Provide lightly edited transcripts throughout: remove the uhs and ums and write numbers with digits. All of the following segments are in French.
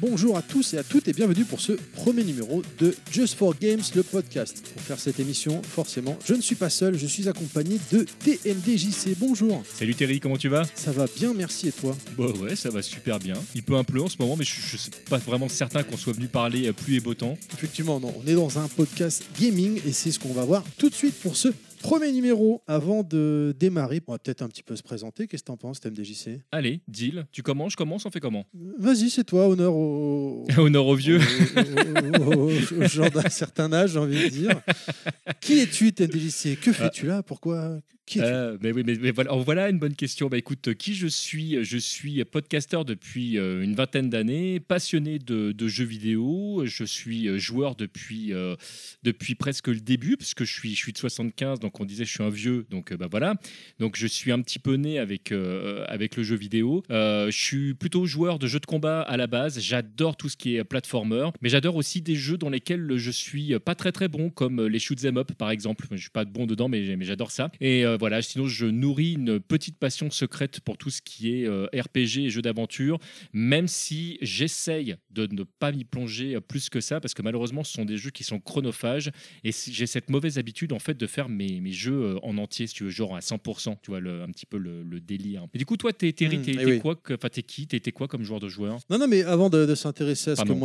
Bonjour à tous et à toutes et bienvenue pour ce premier numéro de Just for Games, le podcast. Pour faire cette émission, forcément, je ne suis pas seul, je suis accompagné de TMDJC. Bonjour. Salut Terry, comment tu vas ? Ça va bien, merci et toi ? Bah ouais, ça va super bien. Il pleut un peu en ce moment, mais je suis pas vraiment certain qu'on soit venu parler pluie et beau temps. Effectivement, non, on est dans un podcast gaming et c'est ce qu'on va voir tout de suite pour ce premier numéro. Avant de démarrer, on va peut-être un petit peu se présenter. Qu'est-ce que t'en penses, TMDJC ? Allez, deal. Tu commences, je commence, on fait comment ? Vas-y, c'est toi, honneur au... Honneur aux vieux. Au genre d'un certain âge, j'ai envie de dire. Qui es-tu, TMDJC ? Que fais-tu là ? Pourquoi ? Qui es-tu ? Mais voilà une bonne question. Bah écoute, qui je suis ? Je suis podcasteur depuis une vingtaine d'années, passionné de jeux vidéo. Je suis joueur depuis presque le début, parce que je suis de 75, donc on disait je suis un vieux, donc voilà. Donc je suis un petit peu né avec le jeu vidéo. Je suis plutôt joueur de jeux de combat à la base. J'adore tout ce qui est platformer, mais j'adore aussi des jeux dans lesquels je suis pas très très bon, comme les shoot 'em up par exemple. Je suis pas bon dedans, mais j'adore ça. Et voilà, sinon je nourris une petite passion secrète pour tout ce qui est RPG et jeux d'aventure, même si j'essaye de ne pas m'y plonger plus que ça, parce que malheureusement ce sont des jeux qui sont chronophages, et j'ai cette mauvaise habitude en fait de faire mes jeux en entier, si tu veux, genre à 100%, tu vois, un petit peu le délire. Et du coup, toi, Terry, t'es quoi, t'es qui, t'es quoi comme joueur de joueur ? Non, mais avant de s'intéresser à ce que moi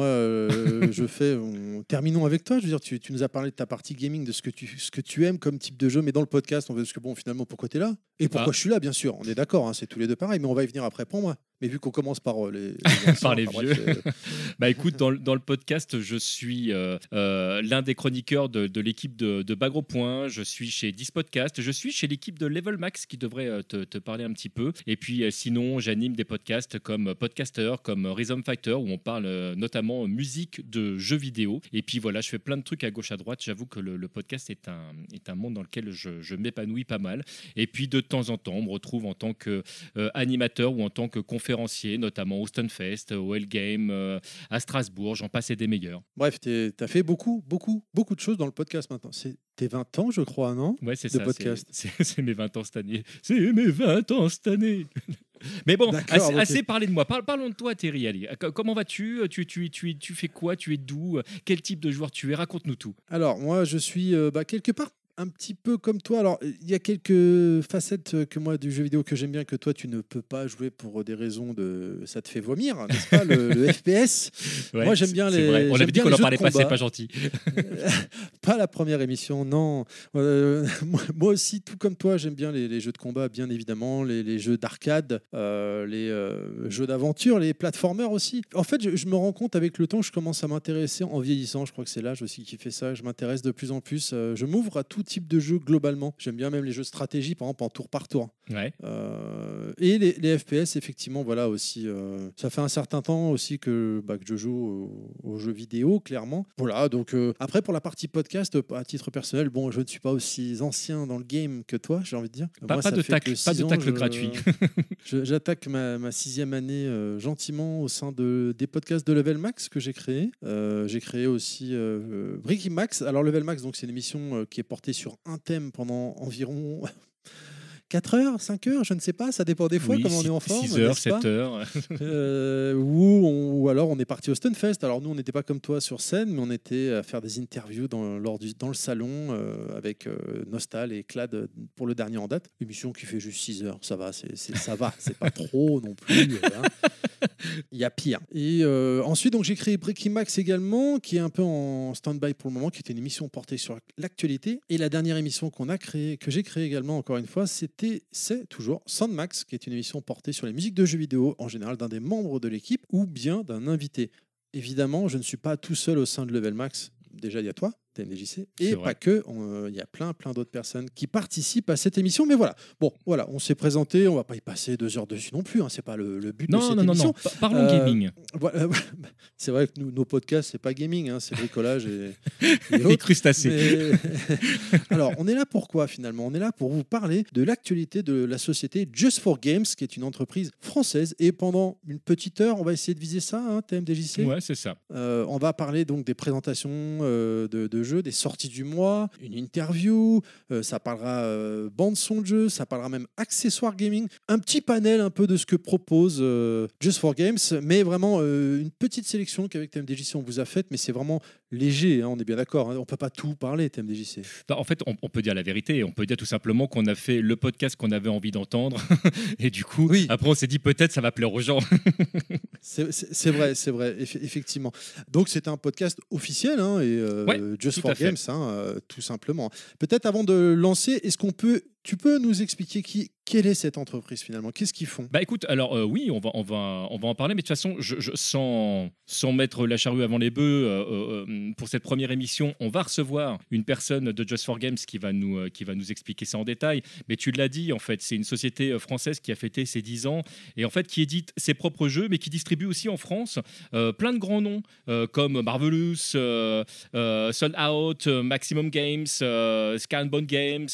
je fais, terminons avec toi. Je veux dire, tu nous as parlé de ta partie gaming, de ce que tu aimes comme type de jeu, mais dans le podcast, on veut que finalement, pourquoi tu es là ? Et pourquoi je suis là, bien sûr. On est d'accord, hein, c'est tous les deux pareil, mais on va y venir après pour moi. Mais vu qu'on commence par les anciens, par les vieux. Bah écoute, dans le podcast, je suis l'un des chroniqueurs de l'équipe de Bagro Point. Je suis chez 10 Podcasts. Je suis chez l'équipe de Level Max qui devrait te parler un petit peu. Et puis sinon, j'anime des podcasts comme Podcaster, comme Rhythm Fighter, où on parle notamment musique de jeux vidéo. Et puis voilà, je fais plein de trucs à gauche à droite. J'avoue que le podcast est un monde dans lequel je m'épanouis pas mal. Et puis de temps en temps, on me retrouve en tant qu'animateur ou en tant que conférencier, notamment au Stunfest, au Hellgame, à Strasbourg, j'en passe et des meilleurs. Bref, tu as fait beaucoup de choses dans le podcast maintenant. C'est tes 20 ans, je crois, non ? Ouais, c'est de ça. Podcast. C'est mes 20 ans cette année. C'est mes 20 ans cette année. Mais bon, assez parlé de moi. Parlons de toi, Terry. Allez, comment vas-tu ? Tu fais quoi ? Tu es d'où ? Quel type de joueur tu es ? Raconte-nous tout. Alors, moi, je suis quelque part un petit peu comme toi. Alors, il y a quelques facettes que moi du jeu vidéo que j'aime bien, que toi tu ne peux pas jouer pour des raisons de ça te fait vomir, n'est-ce pas, le FPS. Ouais, moi j'aime bien les. Vrai. On avait dit qu'on n'en parlait pas, c'est pas gentil. Pas la première émission, non. Moi aussi, tout comme toi, j'aime bien les jeux de combat, bien évidemment, les jeux d'arcade, les jeux d'aventure, les platformers aussi. En fait, je me rends compte avec le temps que je commence à m'intéresser en vieillissant. Je crois que c'est l'âge aussi qui fait ça. Je m'intéresse de plus en plus. Je m'ouvre à tout type de jeu globalement. J'aime bien même les jeux de stratégie, par exemple en tour par tour. Ouais. Et les FPS, effectivement, voilà aussi. Ça fait un certain temps aussi que je joue aux jeux vidéo, clairement. Voilà, donc après pour la partie podcast, à titre personnel, bon, je ne suis pas aussi ancien dans le game que toi, j'ai envie de dire. Pas de tacle gratuit. J'attaque ma 6e année gentiment au sein des podcasts de Level Max que j'ai créé. J'ai créé aussi Bricky Max. Alors Level Max, donc c'est une émission qui est portée sur un thème pendant environ 4 heures, 5 heures, je ne sais pas, ça dépend des fois, oui, comme on est en forme. 6 heures, 7 heures. Ou alors on est parti au Stunfest. Alors nous, on n'était pas comme toi sur scène, mais on était à faire des interviews dans le salon avec Nostal et Clad pour le dernier en date. Émission qui fait juste 6 heures, ça va, c'est pas trop non plus. Il y a pire. Et ensuite, donc, j'ai créé Bricky Max également, qui est un peu en stand-by pour le moment, qui était une émission portée sur l'actualité. Et la dernière émission que j'ai créée également, encore une fois, c'est toujours Soundmax, qui est une émission portée sur les musiques de jeux vidéo, en général d'un des membres de l'équipe ou bien d'un invité. Évidemment, je ne suis pas tout seul au sein de Level Max. Déjà, il y a toi, TMDJC, et pas que. Il y a plein d'autres personnes qui participent à cette émission. Mais voilà, on s'est présenté. On va pas y passer 2 heures dessus non plus. Hein, c'est pas le but de cette émission. Non. Parlons gaming. Voilà, c'est vrai que nos podcasts, c'est pas gaming, hein, c'est bricolage et crustacés. Alors, on est là pour quoi finalement ? On est là pour vous parler de l'actualité de la société Just for Games, qui est une entreprise française. Et pendant une petite heure, on va essayer de viser ça, hein, TMDJC. Ouais, c'est ça. On va parler donc des présentations de jeu, des sorties du mois, une interview, ça parlera bande-son de jeu, ça parlera même accessoires gaming, un petit panel un peu de ce que propose Just for Games, mais vraiment une petite sélection qu'avec TMDJC on vous a faite, mais c'est vraiment léger, hein, on est bien d'accord, hein, on peut pas tout parler TMDJC. En fait, on peut dire la vérité, on peut dire tout simplement qu'on a fait le podcast qu'on avait envie d'entendre et du coup, après on s'est dit peut-être ça va plaire aux gens. C'est vrai, effectivement. Donc c'est un podcast officiel, hein, et Just for Games, hein, tout simplement. Peut-être avant de lancer, tu peux nous expliquer quelle est cette entreprise finalement? Qu'est-ce qu'ils font? Bah écoute, alors oui, on va en parler, mais de toute façon, sans mettre la charrue avant les bœufs, pour cette première émission, on va recevoir une personne de Just for Games qui va nous expliquer ça en détail. Mais tu l'as dit, en fait, c'est une société française qui a fêté ses 10 ans et en fait qui édite ses propres jeux, mais qui distribue aussi en France plein de grands noms comme Marvelous, Sold Out, Maximum Games, Scanbone Games,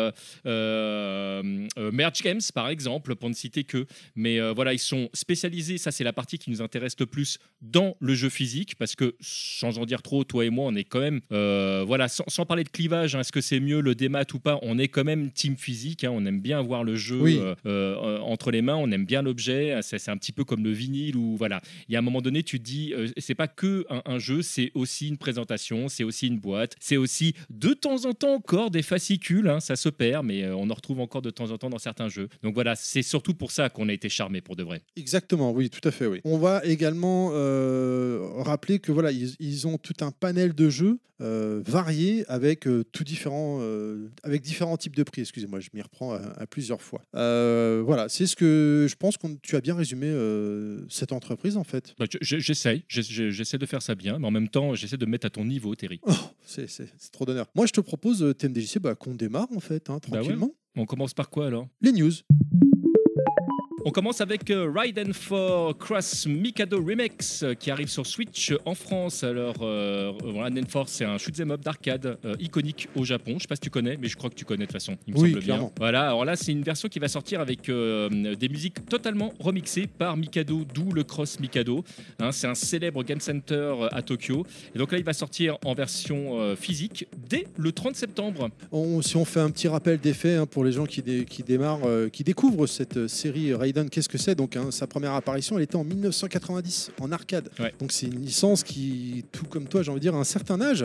Merge Games par exemple, pour ne citer que. Mais voilà, ils sont spécialisés, ça c'est la partie qui nous intéresse le plus dans le jeu physique, parce que sans en dire trop, toi et moi on est quand même voilà, sans parler de clivage, hein, est-ce que c'est mieux le démat ou pas, on est quand même team physique, hein, on aime bien avoir le jeu entre les mains, on aime bien l'objet, c'est un petit peu comme le vinyle, ou voilà, il y a un moment donné tu te dis c'est pas que un jeu, c'est aussi une présentation, c'est aussi une boîte, c'est aussi de temps en temps encore des fascicules, hein, ça se perd, mais on en retrouve encore de temps en temps dans certains jeux. Donc voilà, c'est surtout pour ça qu'on a été charmé pour de vrai. Exactement, oui, tout à fait, oui. On va également rappeler que voilà, ils ont tout un panel de jeux variés avec avec différents types de prix. Excusez-moi, je m'y reprends à plusieurs fois. Voilà, c'est ce que je pense que tu as bien résumé cette entreprise en fait. Bah, j'essaie de faire ça bien, mais en même temps, j'essaie de me mettre à ton niveau, Terry. Oh, c'est trop d'honneur. Moi, je te propose, TMDJC, qu'on démarre en fait, hein, tranquillement. Bah ouais. On commence par quoi alors? Les news. On commence avec Raiden 4 Cross Mikado Remix qui arrive sur Switch en France. Alors, Raiden 4, c'est un shoot'em up d'arcade iconique au Japon. Je sais pas si tu connais, mais je crois que tu connais de toute façon. Il me semble clairement. Bien. Voilà, alors là, c'est une version qui va sortir avec des musiques totalement remixées par Mikado, d'où le Cross Mikado. Hein, c'est un célèbre game center à Tokyo. Et donc là, il va sortir en version physique dès le 30 septembre. Si on fait un petit rappel des faits, hein, pour les gens qui démarrent, qui découvrent cette série Raiden, qu'est-ce que c'est? Donc, hein, sa première apparition, elle était en 1990 en arcade. Ouais. Donc c'est une licence qui, tout comme toi, j'ai envie de dire, à un certain âge,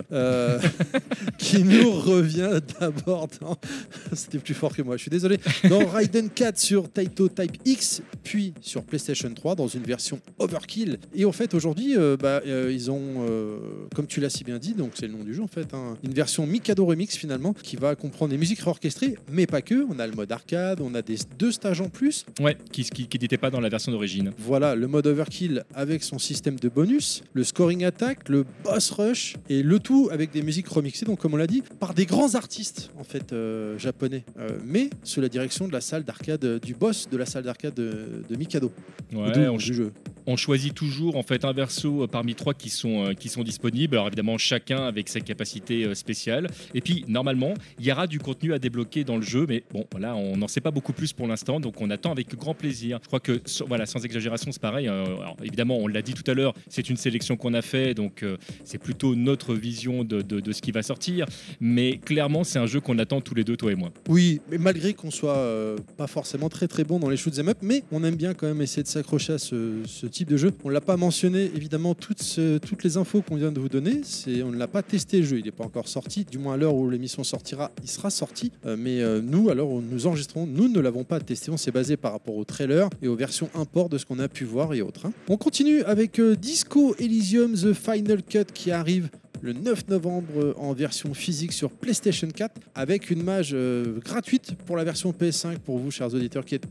qui nous revient d'abord dans... C'était plus fort que moi, je suis désolé. Dans Raiden 4 sur Taito Type X, puis sur PlayStation 3 dans une version Overkill. Et en fait, aujourd'hui, ils ont, comme tu l'as si bien dit, donc c'est le nom du jeu en fait, hein, une version Mikado Remix finalement, qui va comprendre des musiques réorchestrées, mais pas que. On a le mode arcade, on a 2 stages en plus. Ouais, qui n'était pas dans la version d'origine. Voilà, le mode Overkill avec son système de bonus, le scoring attack, le boss rush, et le tout avec des musiques remixées, donc comme on l'a dit, par des grands artistes en fait japonais, mais sous la direction de la salle d'arcade, du boss de la salle d'arcade de Mikado. Ouais, du jeu. On choisit toujours en fait un verso parmi 3 qui sont disponibles. Alors évidemment chacun avec ses capacités spéciales. Et puis normalement il y aura du contenu à débloquer dans le jeu, mais bon là on n'en sait pas beaucoup plus pour l'instant, donc on attend avec grand plaisir. Je crois que voilà, sans exagération c'est pareil. Alors, évidemment on l'a dit tout à l'heure, c'est une sélection qu'on a fait, donc c'est plutôt notre vision de ce qui va sortir. Mais clairement c'est un jeu qu'on attend tous les deux, toi et moi. Oui, mais malgré qu'on soit pas forcément très très bon dans les shoot'em up, mais on aime bien quand même essayer de s'accrocher à ce type de jeu. On ne l'a pas mentionné, évidemment, toutes les infos qu'on vient de vous donner, on ne l'a pas testé le jeu, il n'est pas encore sorti, du moins à l'heure où l'émission sortira, il sera sorti, mais nous, à l'heure où nous enregistrons, nous ne l'avons pas testé, on s'est basé par rapport au trailer et aux versions import de ce qu'on a pu voir et autres. Hein. On continue avec Disco Elysium The Final Cut qui arrive le 9 novembre en version physique sur PlayStation 4 avec une mage gratuite pour la version PS5 pour vous, chers auditeurs, qui êtes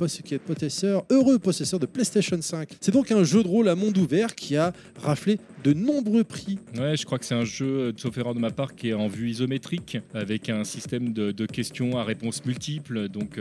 heureux possesseurs de PlayStation 5. C'est donc un jeu de rôle à monde ouvert qui a raflé de nombreux prix. Ouais, je crois que c'est un jeu, sauf erreur de ma part, qui est en vue isométrique avec un système de questions à réponses multiples. Donc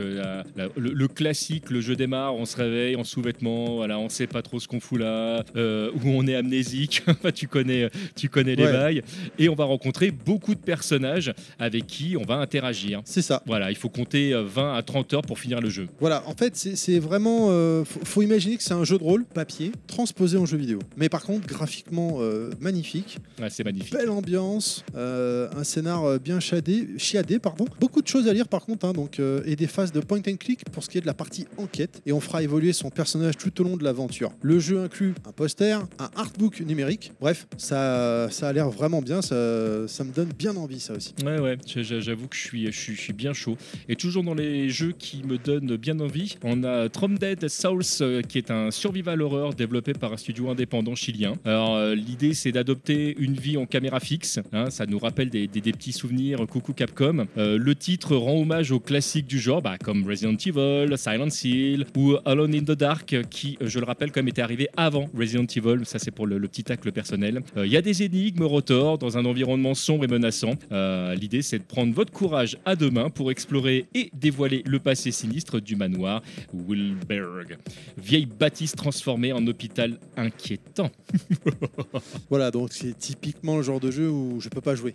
le classique, le jeu démarre, on se réveille en sous-vêtements, voilà, on sait pas trop ce qu'on fout là, où on est amnésique, tu connais les bails. Et on va rencontrer beaucoup de personnages avec qui on va interagir. C'est ça. Voilà, il faut compter 20 à 30 heures pour finir le jeu. Voilà, en fait, c'est vraiment... faut imaginer que c'est un jeu de rôle papier transposé en jeu vidéo. Mais par contre, graphiquement vraiment magnifique. Ouais, c'est magnifique. Belle ambiance, un scénar bien chiadé, pardon. Beaucoup de choses à lire par contre, hein, donc, et des phases de point and click pour ce qui est de la partie enquête. Et on fera évoluer son personnage tout au long de l'aventure. Le jeu inclut un poster, un artbook numérique. Bref, ça a l'air vraiment bien. Ça me donne bien envie, ça aussi. Ouais, j'avoue que je suis bien chaud. Et toujours dans les jeux qui me donnent bien envie, on a Dead Souls, qui est un survival horror développé par un studio indépendant chilien. Alors, l'idée, c'est d'adopter une vie en caméra fixe. Hein, ça nous rappelle des petits souvenirs. Coucou Capcom. Le titre rend hommage aux classiques du genre, comme Resident Evil, Silent Hill ou Alone in the Dark, qui, je le rappelle, quand même était arrivé avant Resident Evil. Ça, c'est pour le petit tacle personnel. Il y a des énigmes Rotor dans un environnement sombre et menaçant. L'idée, c'est de prendre votre courage à deux mains pour explorer et dévoiler le passé sinistre du manoir Wilberg. Vieille bâtisse transformée en hôpital inquiétant. Voilà, donc c'est typiquement le genre de jeu où je peux pas jouer.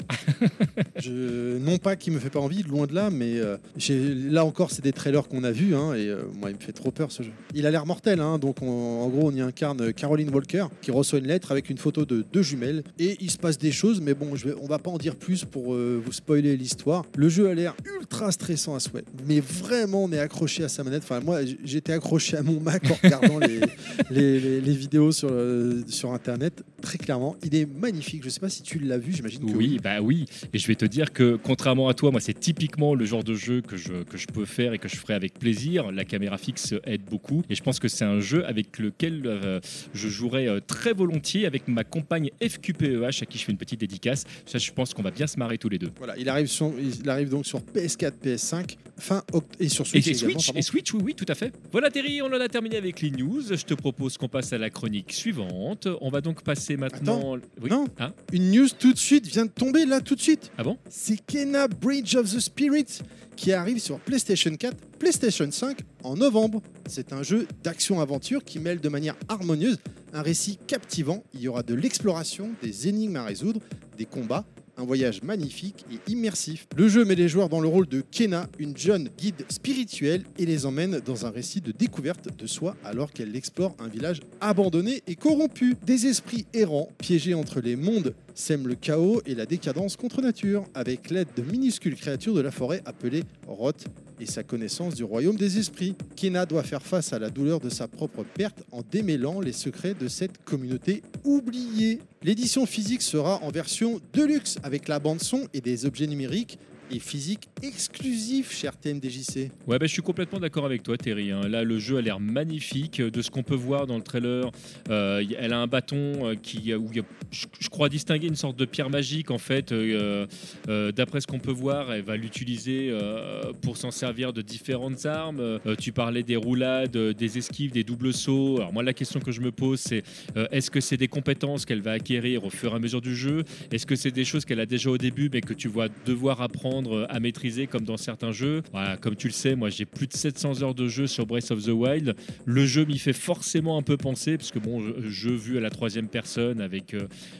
Non pas qu'il me fait pas envie, loin de là, mais là encore, c'est des trailers qu'on a vus, hein, et moi, il me fait trop peur ce jeu. Il a l'air mortel, hein, donc en gros, on y incarne Caroline Walker qui reçoit une lettre avec une photo de deux jumelles, et il se passe des choses, mais bon, on va pas en dire plus pour vous spoiler l'histoire. Le jeu a l'air ultra stressant à souhait, mais vraiment, on est accroché à sa manette. Enfin, moi, j'étais accroché à mon Mac en regardant les vidéos sur Internet. Très clairement, il est magnifique. Je sais pas si tu l'as vu, j'imagine que oui. Oui. Et je vais te dire que, contrairement à toi, moi, c'est typiquement le genre de jeu que je peux faire et que je ferai avec plaisir. La caméra fixe aide beaucoup. Et je pense que c'est un jeu avec lequel je jouerai très volontiers avec ma compagne FQPEH, à qui je fais une petite dédicace. Ça, je pense qu'on va bien se marrer tous les deux. Voilà, il arrive donc sur PS4, PS5, et sur Switch. Et Switch, oui, tout à fait. Voilà, Terry, on en a terminé avec les news. Je te propose qu'on passe à la chronique suivante. On va donc passer maintenant... Attends, oui. non, hein une news tout de suite vient de tomber là, tout de suite. Ah bon? C'est Kena Bridge of the Spirit qui arrive sur PlayStation 4, PlayStation 5 en novembre. C'est un jeu d'action-aventure qui mêle de manière harmonieuse un récit captivant. Il y aura de l'exploration, des énigmes à résoudre, des combats, un voyage magnifique et immersif. Le jeu met les joueurs dans le rôle de Kena, une jeune guide spirituelle, et les emmène dans un récit de découverte de soi alors qu'elle explore un village abandonné et corrompu. Des esprits errants, piégés entre les mondes, sèment le chaos et la décadence contre nature, avec l'aide de minuscules créatures de la forêt appelées Roth et sa connaissance du royaume des esprits. Kena doit faire face à la douleur de sa propre perte en démêlant les secrets de cette communauté oubliée. L'édition physique sera en version deluxe avec la bande son et des objets numériques et physique exclusif, cher TMDJC. Ouais, je suis complètement d'accord avec toi, Terry. Hein. Là, le jeu a l'air magnifique. De ce qu'on peut voir dans le trailer, elle a un bâton où je crois distinguer une sorte de pierre magique, en fait. D'après ce qu'on peut voir, elle va l'utiliser pour s'en servir de différentes armes. Tu parlais des roulades, des esquives, des doubles sauts. Alors moi, la question que je me pose, c'est est-ce que c'est des compétences qu'elle va acquérir au fur et à mesure du jeu? Est-ce que c'est des choses qu'elle a déjà au début, mais que tu vas devoir apprendre à maîtriser comme dans certains jeux? Voilà, comme tu le sais, moi j'ai plus de 700 heures de jeu sur Breath of the Wild. Le jeu m'y fait forcément un peu penser, parce que bon, jeu vu à la troisième personne avec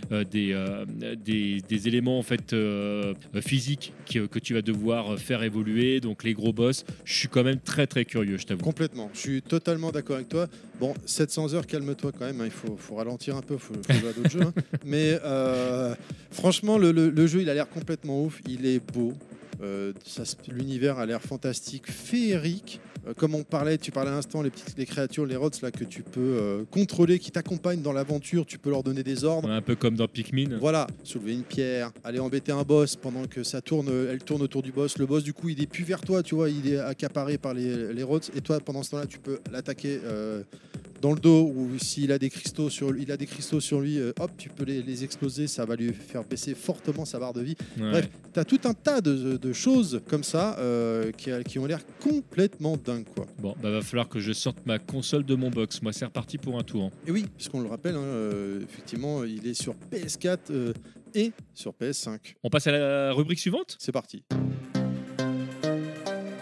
des éléments en fait physiques que tu vas devoir faire évoluer, donc les gros boss. Je suis quand même très très curieux, je t'avoue. Complètement, je suis totalement d'accord avec toi. Bon, 700 heures, calme-toi quand même, hein. Il faut ralentir un peu, il faut jouer à d'autres jeux, hein. Mais franchement, le jeu il a l'air complètement ouf, il est beau. L'univers a l'air fantastique, féerique. Comme tu parlais à l'instant, les créatures, les rots là, que tu peux contrôler, qui t'accompagnent dans l'aventure, tu peux leur donner des ordres. Un peu comme dans Pikmin. Voilà, soulever une pierre, aller embêter un boss pendant que elle tourne autour du boss. Le boss, du coup, il est plus vers toi, tu vois, il est accaparé par les rots. Et toi, pendant ce temps-là, tu peux l'attaquer dans le dos, ou s'il a des cristaux sur lui, hop, tu peux les exploser, ça va lui faire baisser fortement sa barre de vie. Ouais. Bref, tu as tout un tas de choses comme ça qui ont l'air complètement dingues, quoi. Bon, va falloir que je sorte ma console de mon box. Moi, c'est reparti pour un tour. Hein. Et oui, puisqu'on le rappelle, effectivement, il est sur PS4 et sur PS5. On passe à la rubrique suivante. C'est parti.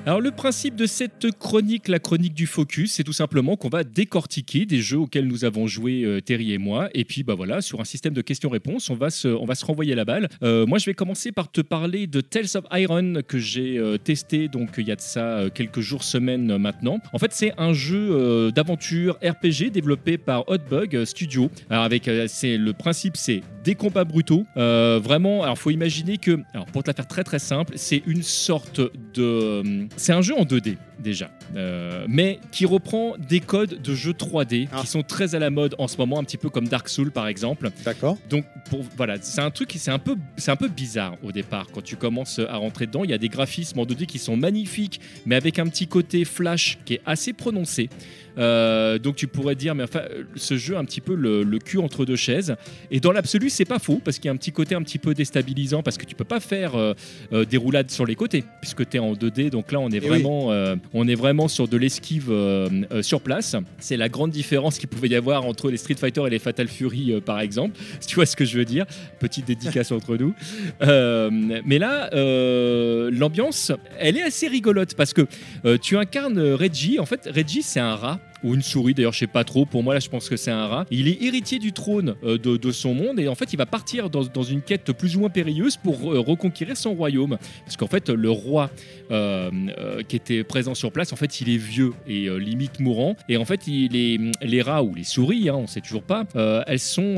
Alors le principe de cette chronique, la chronique du focus, c'est tout simplement qu'on va décortiquer des jeux auxquels nous avons joué Terry et moi, et puis bah voilà, sur un système de questions-réponses, on va se renvoyer la balle. Moi je vais commencer par te parler de Tales of Iron que j'ai testé donc il y a de ça quelques jours, semaines maintenant. En fait c'est un jeu d'aventure RPG développé par Hotbug Studio. Alors avec le principe c'est des combats brutaux. Vraiment, alors faut imaginer que, alors pour te la faire très très simple, c'est une sorte de c'est un jeu en 2D déjà, mais qui reprend des codes de jeux 3D qui sont très à la mode en ce moment, un petit peu comme Dark Souls par exemple. D'accord. Donc voilà, c'est un truc qui c'est un peu bizarre au départ quand tu commences à rentrer dedans. Il y a des graphismes en 2D qui sont magnifiques, mais avec un petit côté flash qui est assez prononcé. Donc tu pourrais dire mais enfin ce jeu a un petit peu le cul entre deux chaises, et dans l'absolu c'est pas faux parce qu'il y a un petit côté un petit peu déstabilisant parce que tu peux pas faire des roulades sur les côtés puisque tu es en 2D. Donc là on est vraiment sur de l'esquive sur place. C'est la grande différence qu'il pouvait y avoir entre les Street Fighter et les Fatal Fury par exemple, si tu vois ce que je veux dire. Petite dédicace entre nous. Mais là l'ambiance elle est assez rigolote parce que tu incarnes Reggie. En fait Reggie c'est un rat ou une souris, d'ailleurs je sais pas trop, pour moi là je pense que c'est un rat. Il est héritier du trône de son monde, et en fait il va partir dans une quête plus ou moins périlleuse pour reconquérir son royaume, parce qu'en fait le roi qui était présent sur place, en fait il est vieux et limite mourant, et en fait les rats ou les souris, on sait toujours pas, elles sont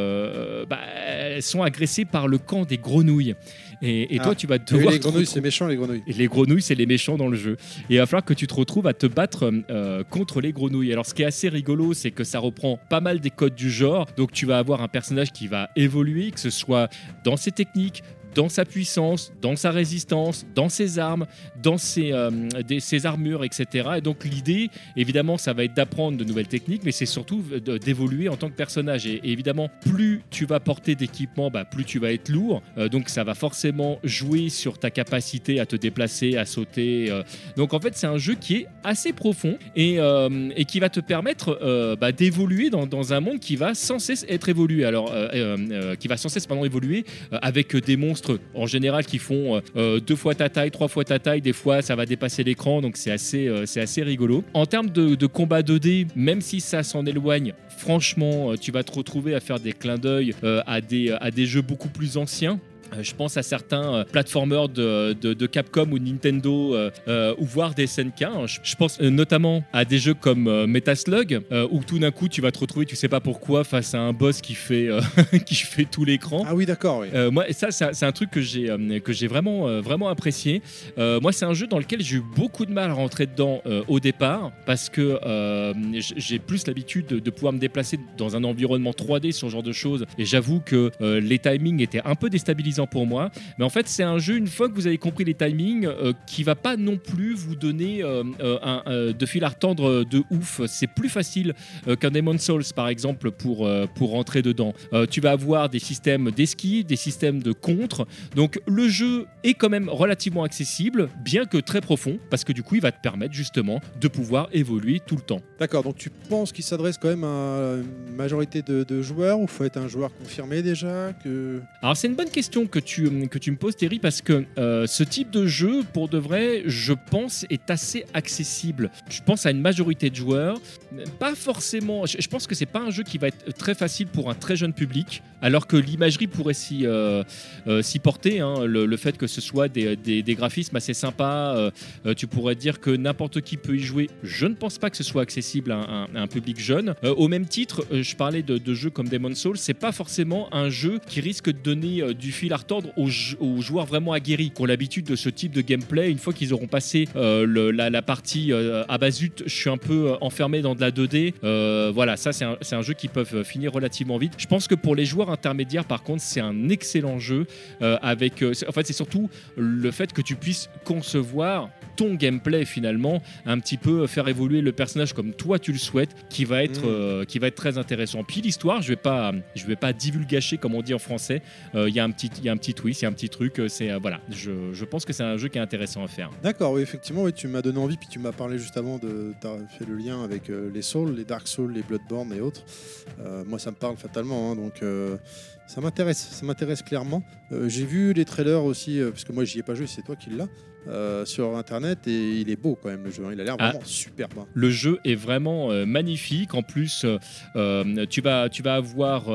agressées par le camp des grenouilles. Et toi, tu vas devoir. Les grenouilles, c'est méchant, les grenouilles. Et les grenouilles, c'est les méchants dans le jeu. Et il va falloir que tu te retrouves à te battre contre les grenouilles. Alors, ce qui est assez rigolo, c'est que ça reprend pas mal des codes du genre. Donc, tu vas avoir un personnage qui va évoluer, que ce soit dans ses techniques, dans sa puissance, dans sa résistance, dans ses armes, dans ses armures, etc. Et donc l'idée, évidemment, ça va être d'apprendre de nouvelles techniques, mais c'est surtout d'évoluer en tant que personnage. Et évidemment, plus tu vas porter d'équipement, plus tu vas être lourd. Donc ça va forcément jouer sur ta capacité à te déplacer, à sauter. Donc en fait, c'est un jeu qui est assez profond et qui va te permettre d'évoluer dans un monde qui va sans cesse être évolué. Alors, qui va sans cesse évoluer avec des monstres en général qui font 2 fois ta taille, 3 fois ta taille, des fois ça va dépasser l'écran, donc c'est assez rigolo. En termes de combat 2D, même si ça s'en éloigne, franchement tu vas te retrouver à faire des clins d'œil à des jeux beaucoup plus anciens. Je pense à certains platformers de Capcom ou Nintendo ou voire des SNK. Je pense notamment à des jeux comme Metal Slug où tout d'un coup tu vas te retrouver, tu sais pas pourquoi, face à un boss qui fait tout l'écran. Ah oui, d'accord. Oui. Moi, ça c'est un truc que j'ai vraiment apprécié. Moi, c'est un jeu dans lequel j'ai eu beaucoup de mal à rentrer dedans au départ parce que j'ai plus l'habitude de pouvoir me déplacer dans un environnement 3D, ce genre de choses. Et j'avoue que les timings étaient un peu déstabilisants pour moi, mais en fait c'est un jeu, une fois que vous avez compris les timings, qui va pas non plus vous donner de fil à retordre de ouf. C'est plus facile qu'un Demon's Souls par exemple pour rentrer dedans. Tu vas avoir des systèmes d'esquive, des systèmes de contre, donc le jeu est quand même relativement accessible, bien que très profond, parce que du coup il va te permettre justement de pouvoir évoluer tout le temps. D'accord, donc tu penses qu'il s'adresse quand même à une majorité de joueurs, ou faut être un joueur confirmé déjà Alors c'est une bonne question que tu me poses, Terry, parce que ce type de jeu, pour de vrai, je pense, est assez accessible. Je pense à une majorité de joueurs. Pas forcément... Je pense que c'est pas un jeu qui va être très facile pour un très jeune public, alors que l'imagerie pourrait s'y porter. Le fait que ce soit des graphismes assez sympas, tu pourrais dire que n'importe qui peut y jouer. Je ne pense pas que ce soit accessible à un public jeune. Au même titre, je parlais de jeux comme Demon's Souls, c'est pas forcément un jeu qui risque de donner du fil à retordre aux joueurs vraiment aguerris qui ont l'habitude de ce type de gameplay. Une fois qu'ils auront passé la partie à bas zut, je suis un peu enfermé dans de la 2D, voilà, ça c'est un jeu qui peut finir relativement vite. Je pense que pour les joueurs intermédiaires par contre c'est un excellent jeu avec en fait c'est surtout le fait que tu puisses concevoir ton gameplay finalement, un petit peu faire évoluer le personnage comme toi tu le souhaites, qui va être très intéressant. Puis l'histoire, je vais pas divulgacher comme on dit en français. Il y a un petit twist, il y a un petit truc. Voilà, je pense que c'est un jeu qui est intéressant à faire. D'accord, oui, effectivement, oui, tu m'as donné envie, puis tu m'as parlé juste avant tu as fait le lien avec les Souls, les Dark Souls, les Bloodborne et autres. Moi, ça me parle fatalement, donc ça m'intéresse clairement. J'ai vu les trailers aussi, parce que moi j'y ai pas joué, c'est toi qui l'as. Sur internet et il est beau quand même le jeu, il a l'air vraiment superbe. Le jeu est vraiment magnifique. En plus, tu vas avoir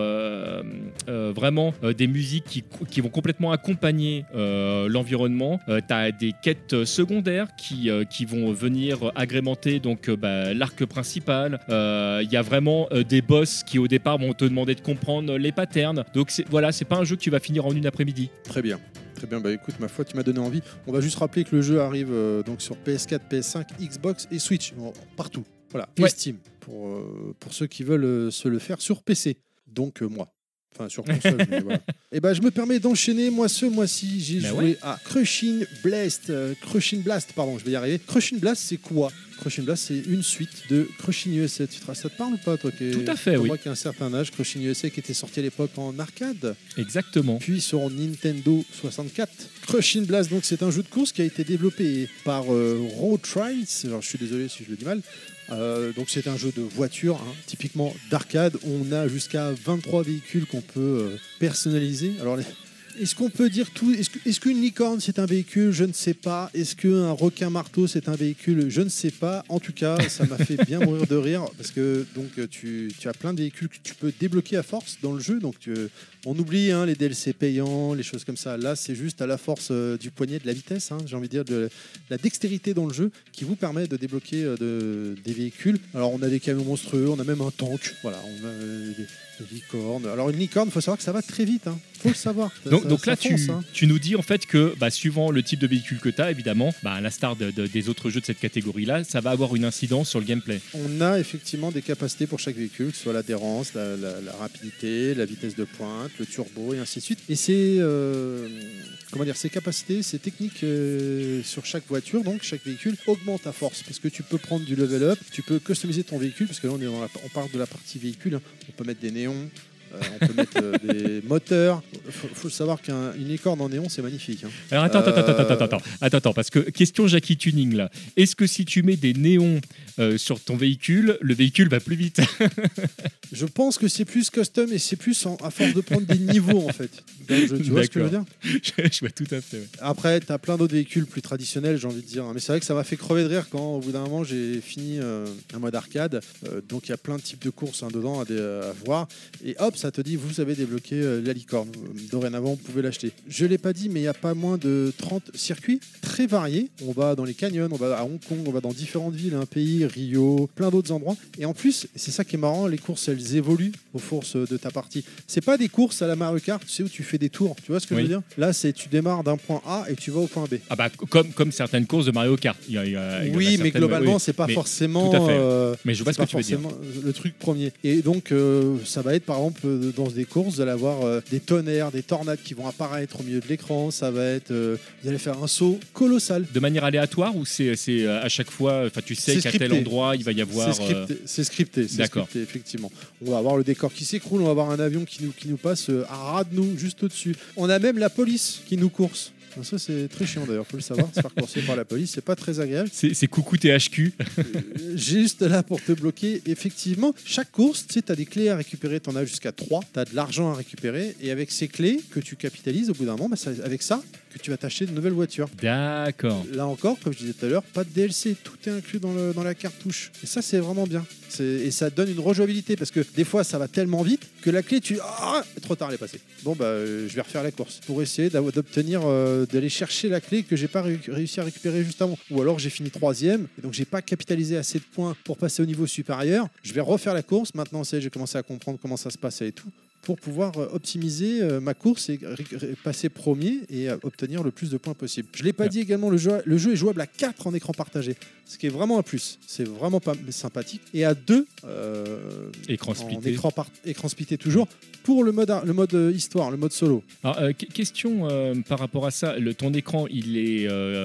vraiment des musiques qui vont complètement accompagner l'environnement. Tu as des quêtes secondaires qui vont venir agrémenter donc, l'arc principal. Il y a vraiment des boss qui au départ vont te demander de comprendre les patterns. Donc c'est pas un jeu que tu vas finir en une après-midi. Très bien. Très bien, écoute, ma foi, tu m'as donné envie. On va juste rappeler que le jeu arrive donc sur PS4, PS5, Xbox et Switch, partout. Voilà, et Steam, pour ceux qui veulent se le faire sur PC. Donc moi. Enfin, sur console, mais voilà. Et je me permets d'enchaîner. Moi, ce mois-ci, j'ai joué à Crushing Blast. Crushing Blast, je vais y arriver. Crushing Blast, c'est quoi ? Crushing Blast, c'est une suite de Crushing USA. Ça te parle ou pas, toi Tout à fait, oui. Moi qui ai un certain âge, Crushing USA qui était sorti à l'époque en arcade. Exactement. Puis sur Nintendo 64. Crushing Blast, donc c'est un jeu de course qui a été développé par Road Trials. Alors, je suis désolé si je le dis mal. Donc c'est un jeu de voiture, typiquement d'arcade. On a jusqu'à 23 véhicules qu'on peut personnaliser. Alors est-ce qu'on peut dire tout ? Est-ce qu'une licorne c'est un véhicule ? Je ne sais pas. Est-ce qu'un requin marteau c'est un véhicule ? Je ne sais pas. En tout cas, ça m'a fait bien mourir de rire parce que donc tu as plein de véhicules que tu peux débloquer à force dans le jeu. Donc on oublie les DLC payants, les choses comme ça. Là, c'est juste à la force du poignet, de la vitesse, j'ai envie de dire, de la dextérité dans le jeu qui vous permet de débloquer des véhicules. Alors, on a des camions monstrueux, on a même un tank. Voilà, on a des licornes. Alors, une licorne, il faut savoir que ça va très vite. Faut le savoir. Donc là, tu nous dis en fait que suivant le type de véhicule que tu as, évidemment, à l'instar des autres jeux de cette catégorie-là, ça va avoir une incidence sur le gameplay. On a effectivement des capacités pour chaque véhicule, que ce soit l'adhérence, la rapidité, la vitesse de pointe, le turbo et ainsi de suite. Et ces capacités, ces techniques sur chaque voiture, donc chaque véhicule, augmente à force parce que tu peux prendre du level up, tu peux customiser ton véhicule parce que là on parle de la partie véhicule. On peut mettre des néons. On peut mettre des moteurs. Faut savoir qu'une licorne en néon, c'est magnifique. Alors attends, parce que question Jackie Tuning là. Est-ce que si tu mets des néons sur ton véhicule, le véhicule va plus vite ? Je pense que c'est plus custom et c'est plus à force de prendre des niveaux en fait. Dans le jeu, tu vois ce que je veux dire ? Je vois tout à fait. Ouais. Après, tu as plein d'autres véhicules plus traditionnels, j'ai envie de dire. Mais c'est vrai que ça m'a fait crever de rire quand au bout d'un moment j'ai fini un mode arcade. Donc il y a plein de types de courses dedans à voir. Et hop, ça te dit, vous avez débloqué la licorne. Dorénavant, vous pouvez l'acheter. Je ne l'ai pas dit, mais il n'y a pas moins de 30 circuits très variés. On va dans les canyons, on va à Hong Kong, on va dans différentes villes, un pays, Rio, plein d'autres endroits. Et en plus, c'est ça qui est marrant, les courses, elles évoluent au cours de ta partie. C'est pas des courses à la Mario Kart, tu sais, où tu fais des tours. Tu vois ce que je veux dire ? Là, tu démarres d'un point A et tu vas au point B. Ah comme certaines courses de Mario Kart. Oui, mais globalement, c'est pas forcément. Tout à fait. Mais je vois ce que tu veux dire. Le truc premier. Et donc, ça va être par exemple dans des courses, vous allez avoir des tonnerres, des tornades qui vont apparaître au milieu de l'écran. Ça va être, vous allez faire un saut colossal. De manière aléatoire ou c'est à chaque fois, tu sais qu'à tel endroit il va y avoir. C'est scripté. D'accord. Scripté, effectivement. On va avoir le décor qui s'écroule, on va avoir un avion qui nous passe à ras de nous, juste au-dessus. On a même la police qui nous course. Ça, c'est très chiant d'ailleurs, faut le savoir. Se faire courser par la police, c'est pas très agréable. C'est coucou THQ. Juste là pour te bloquer. Effectivement, chaque course, tu sais, tu as des clés à récupérer, tu en as jusqu'à 3. Tu as de l'argent à récupérer. Et avec ces clés que tu capitalises, au bout d'un moment, avec ça, que tu vas t'acheter de nouvelles voitures. D'accord. Là encore, comme je disais tout à l'heure, pas de DLC. Tout est inclus dans la cartouche. Et ça, c'est vraiment bien. Et ça donne une rejouabilité parce que des fois, ça va tellement vite que la clé, trop tard, elle est passée. Bon, je vais refaire la course pour essayer d'obtenir, d'aller chercher la clé que j'ai pas réussi à récupérer juste avant. Ou alors, j'ai fini 3e et donc j'ai pas capitalisé assez de points pour passer au niveau supérieur. Je vais refaire la course. Maintenant, j'ai commencé à comprendre comment ça se passait et tout, pour pouvoir optimiser ma course et passer premier et obtenir le plus de points possible. Je ne l'ai pas dit également, le jeu est jouable à 4 en écran partagé, ce qui est vraiment un plus. C'est vraiment pas sympathique. Et à 2 écran splitté. Écran splitté toujours, pour le mode histoire, le mode solo. Alors, question par rapport à ça, ton écran, il est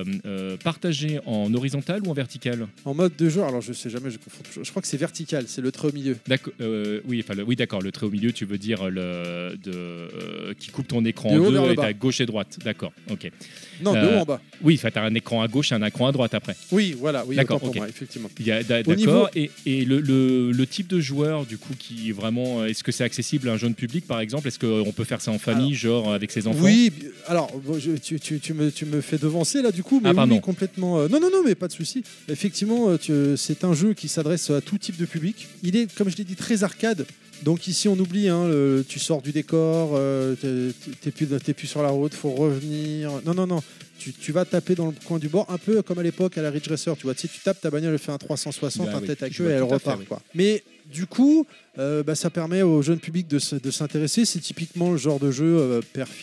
partagé en horizontal ou en vertical ? En mode de jeu, alors je sais jamais, je confonds toujours. Je crois que c'est vertical, c'est le trait au milieu. D'accord, oui, d'accord, le trait au milieu, tu veux dire qui coupe ton écran De en haut deux vers le et bas. t'as gauche et droite. D'accord, ok. Non, de haut en bas. Oui, tu as un écran à gauche et un écran à droite après. Oui, voilà, oui, D'accord, autant pour ok. moi, effectivement. D'accord. niveau- Et le type de joueur, du coup, qui vraiment. Est-ce que c'est accessible à un jeune public, par exemple? Est-ce qu'on peut faire ça en famille, genre avec ses enfants? Oui, alors bon, tu me fais devancer là du coup, mais Ah, pardon. oui, complètement. Non, mais pas de souci. Effectivement, c'est un jeu qui s'adresse à tout type de public. Il est, comme je l'ai dit, très arcade. Donc ici, on oublie, hein, tu sors du décor, t'es plus sur la route, faut revenir. Non. Tu vas taper dans le coin du bord, un peu comme à l'époque à la Ridge Racer. Tu vois, tu tapes ta bagnole, elle fait un 360, Ah un oui, tête à je queue vois et elle tout à repart. fait, oui. Quoi. Mais du coup, ça permet aux jeunes publics de s'intéresser. C'est typiquement le genre de jeu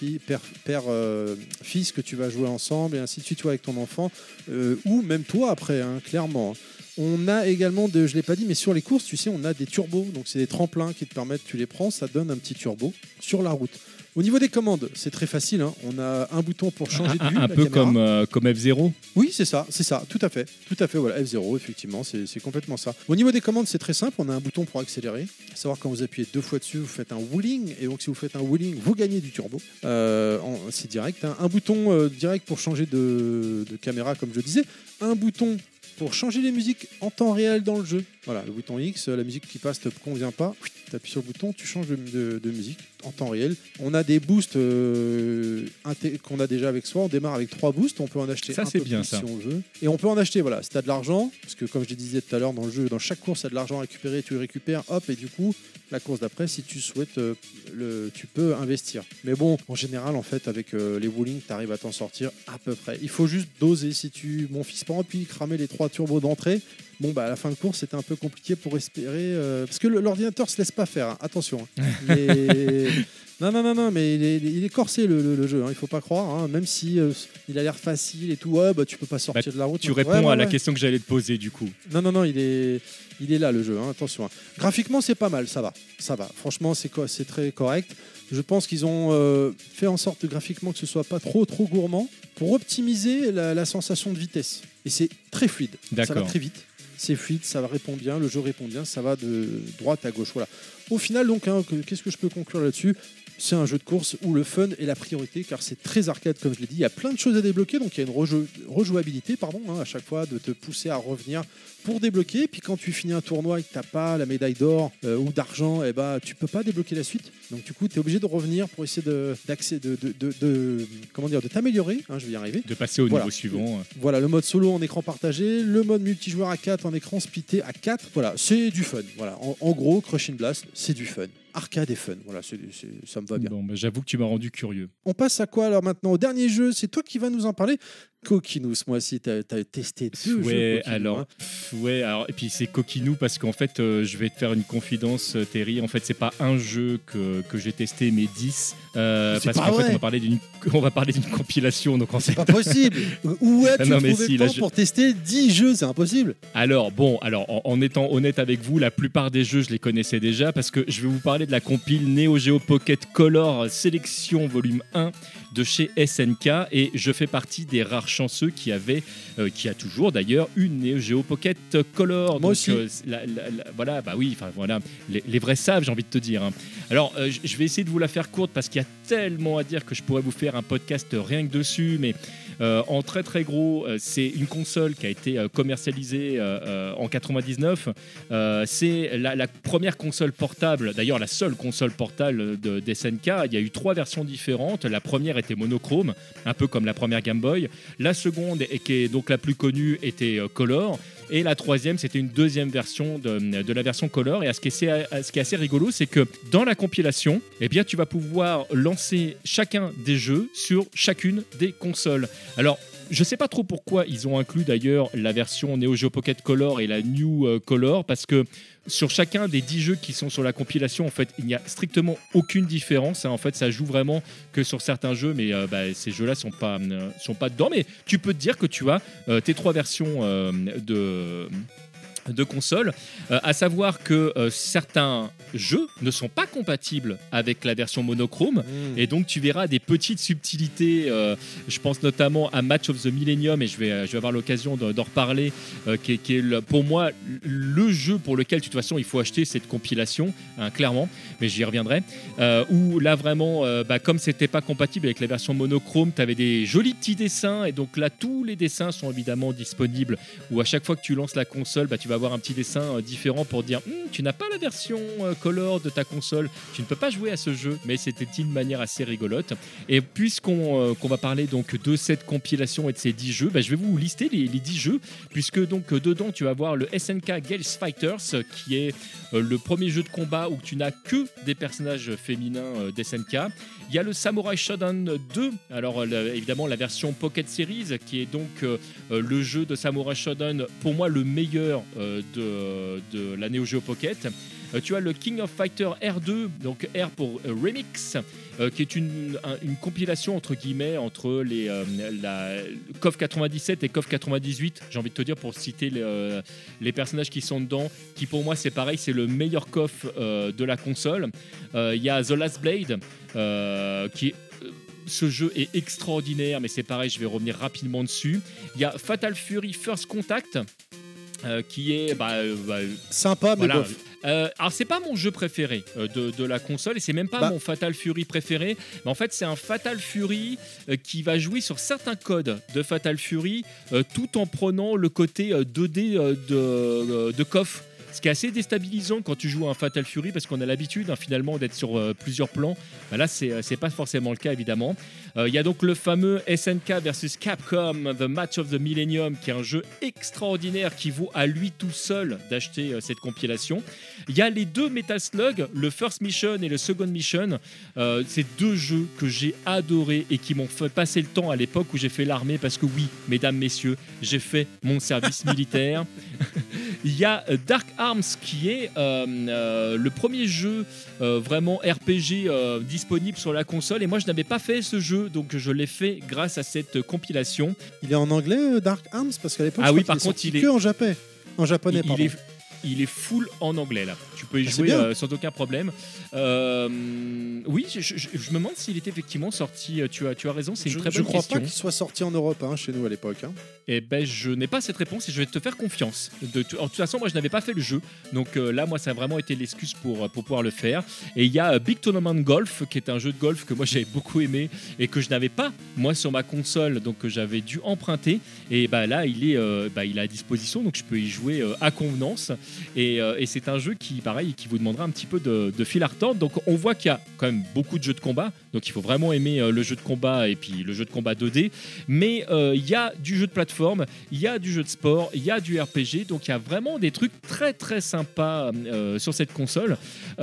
père-fils que tu vas jouer ensemble et ainsi de suite, tu vois, avec ton enfant ou même toi après, hein, clairement. On a également, je ne l'ai pas dit, mais sur les courses, tu sais, on a des turbos. Donc, c'est des tremplins qui te permettent, tu les prends, ça donne un petit turbo sur la route. Au niveau des commandes, c'est très facile. Hein. On a un bouton pour changer de vue. Un la peu caméra. comme F0. Oui, c'est ça, tout à fait. Voilà, F0, effectivement, c'est complètement ça. Au niveau des commandes, c'est très simple. On a un bouton pour accélérer. À savoir, quand vous appuyez 2 fois dessus, vous faites un wheeling. Et donc, si vous faites un wheeling, vous gagnez du turbo. C'est direct. Hein. Un bouton direct pour changer de caméra, comme je disais. Un bouton pour changer les musiques en temps réel dans le jeu. Voilà, le bouton X, la musique qui passe te convient pas, tu appuies sur le bouton, tu changes de musique en temps réel. On a des boosts qu'on a déjà avec soi, on démarre avec 3 boosts, on peut en acheter Ça, un c'est peu bien, plus ça. si on veut. Et on peut en acheter, voilà, si tu as de l'argent, parce que comme je disais tout à l'heure dans le jeu, dans chaque course, il y a de l'argent à récupérer, tu le récupères, hop, et du coup, la course d'après, si tu souhaites, tu peux investir. Mais bon, en général, en fait, avec les wheelings, tu arrives à t'en sortir à peu près. Il faut juste doser. Si mon fils prend puis cramer les 3 turbos d'entrée, bon, bah, à la fin de course, c'était un peu compliqué pour espérer. Parce que l'ordinateur se laisse pas faire, hein. Attention. Hein. Non, mais il est corsé le jeu, hein. Il faut pas croire. Hein. Même si il a l'air facile et tout, ouais, bah, tu peux pas sortir de la route. Tu réponds à la question que j'allais te poser, du coup. Non, il est là le jeu, hein. Attention. Hein. Graphiquement, c'est pas mal, ça va. Franchement, c'est très correct. Je pense qu'ils ont fait en sorte graphiquement que ce soit pas trop gourmand pour optimiser la sensation de vitesse. Et c'est très fluide. D'accord. Ça va très vite. C'est fluide, ça répond bien, le jeu répond bien, ça va de droite à gauche. Voilà. Au final, donc, hein, qu'est-ce que je peux conclure là-dessus ? C'est un jeu de course où le fun est la priorité, car c'est très arcade, comme je l'ai dit. Il y a plein de choses à débloquer, donc il y a une rejouabilité, à chaque fois, de te pousser à revenir pour débloquer. Puis quand tu finis un tournoi et que tu n'as pas la médaille d'or ou d'argent, tu peux pas débloquer la suite. Donc du coup, tu es obligé de revenir pour essayer de t'améliorer. Hein, je vais y arriver. De passer au niveau suivant. Voilà, le mode solo en écran partagé, le mode multijoueur à 4 en écran splitté à 4. Voilà, c'est du fun. Voilà, en gros, Crushing Blast, c'est du fun. Arcade et fun, voilà, ça me va bien. Bon, bah, j'avoue que tu m'as rendu curieux. On passe à quoi alors maintenant? Au dernier jeu, c'est toi qui vas nous en parler. Coquinous, moi aussi, tu as testé 2 jeux. Alors, et puis c'est coquinou parce qu'en fait, je vais te faire une confidence, Terry. En fait, c'est pas un jeu que j'ai testé, mais 10. Parce qu'en fait, on va parler d'une compilation. Donc c'est pas possible. Où as-tu trouvé le temps pour tester 10 jeux? C'est impossible. Alors, en étant honnête avec vous, la plupart des jeux, je les connaissais déjà parce que je vais vous parler de la compile Neo Geo Pocket Color Sélection Volume 1 de chez SNK et je fais partie des rares chanceux qui a toujours d'ailleurs une Neo Geo Pocket Color. Moi aussi. Voilà, bah oui, enfin voilà, les vrais savent, j'ai envie de te dire. Hein. Alors, je vais essayer de vous la faire courte parce qu'il y a tellement à dire que je pourrais vous faire un podcast rien que dessus, mais en très très gros, c'est une console qui a été commercialisée en 99. C'est la première console portable, d'ailleurs la seule console portable de SNK. Il y a eu 3 versions différentes. La première était monochrome, un peu comme la première Game Boy. La seconde, et qui est donc la plus connue, était color. Et la troisième, c'était une deuxième version de la version color. Et ce qui est assez rigolo, c'est que dans la compilation, eh bien, tu vas pouvoir lancer chacun des jeux sur chacune des consoles. Alors, je ne sais pas trop pourquoi ils ont inclus d'ailleurs la version Neo Geo Pocket Color et la New Color, parce que sur chacun des 10 jeux qui sont sur la compilation, en fait, il n'y a strictement aucune différence. Hein. En fait, ça joue vraiment que sur certains jeux, mais ces jeux-là sont pas dedans. Mais tu peux te dire que tu as tes 3 versions de console, à savoir que certains jeux ne sont pas compatibles avec la version monochrome et donc tu verras des petites subtilités, je pense notamment à Match of the Millennium et je vais avoir l'occasion d'en reparler, qui est pour moi le jeu pour lequel de toute façon il faut acheter cette compilation, hein, clairement, mais j'y reviendrai, où là vraiment comme c'était pas compatible avec la version monochrome, tu avais des jolis petits dessins et donc là tous les dessins sont évidemment disponibles, où à chaque fois que tu lances la console, tu vas avoir un petit dessin différent pour dire tu n'as pas la version color de ta console, tu ne peux pas jouer à ce jeu, mais c'était une manière assez rigolote. Et puisqu'on va parler donc de cette compilation et de ces 10 jeux, je vais vous lister les 10 jeux, puisque donc dedans tu vas voir le SNK Girls Fighters, qui est le premier jeu de combat où tu n'as que des personnages féminins d'SNK. Il y a le Samurai Shodown 2, alors évidemment la version Pocket Series, qui est donc le jeu de Samurai Shodown, pour moi le meilleur de la Neo Geo Pocket. Tu as le King of Fighter R2, donc R pour Remix, qui est une compilation entre guillemets entre la KOF 97 et KOF 98, j'ai envie de te dire, pour citer les personnages qui sont dedans, qui pour moi c'est pareil, c'est le meilleur KOF de la console. Il y a The Last Blade, ce jeu est extraordinaire, mais c'est pareil, je vais revenir rapidement dessus. Il y a Fatal Fury First Contact, qui est sympa, mais bof. Alors c'est pas mon jeu préféré de la console, et c'est même pas mon Fatal Fury préféré, mais en fait c'est un Fatal Fury qui va jouer sur certains codes de Fatal Fury, tout en prenant le côté 2D de KOF. Ce qui est assez déstabilisant quand tu joues à un Fatal Fury, parce qu'on a l'habitude finalement d'être sur plusieurs plans. Là, c'est pas forcément le cas, évidemment. Il y a donc le fameux SNK versus Capcom, The Match of the Millennium, qui est un jeu extraordinaire qui vaut à lui tout seul d'acheter cette compilation. Il y a les 2 Metal Slug, le First Mission et le Second Mission. C'est 2 jeux que j'ai adorés et qui m'ont fait passer le temps à l'époque où j'ai fait l'armée, parce que oui, mesdames, messieurs, j'ai fait mon service militaire. Il y a Dark Arms, qui est le premier jeu vraiment RPG disponible sur la console, et moi je n'avais pas fait ce jeu, donc je l'ai fait grâce à cette compilation. Il est en anglais, Dark Arms, parce qu'à l'époque par contre il est que en japonais. Il est full en anglais là. Tu peux y jouer sans aucun problème. Oui, je me demande s'il était effectivement sorti. Tu as raison, c'est une très bonne question. Je crois pas qu'il soit sorti en Europe, chez nous à l'époque. Eh ben, je n'ai pas cette réponse et je vais te faire confiance. En toute façon, moi, je n'avais pas fait le jeu, donc là, moi, ça a vraiment été l'excuse pour pouvoir le faire. Et il y a Big Tournament Golf, qui est un jeu de golf que moi j'avais beaucoup aimé et que je n'avais pas moi sur ma console, donc que j'avais dû emprunter. Et là, il est à disposition, donc je peux y jouer à convenance. Et c'est un jeu qui, pareil, qui vous demandera un petit peu de fil à retordre. Donc on voit qu'il y a quand même beaucoup de jeux de combat, donc il faut vraiment aimer le jeu de combat et puis le jeu de combat 2D. Mais il y a du jeu de plateforme, il y a du jeu de sport, il y a du RPG, donc il y a vraiment des trucs très très sympas sur cette console.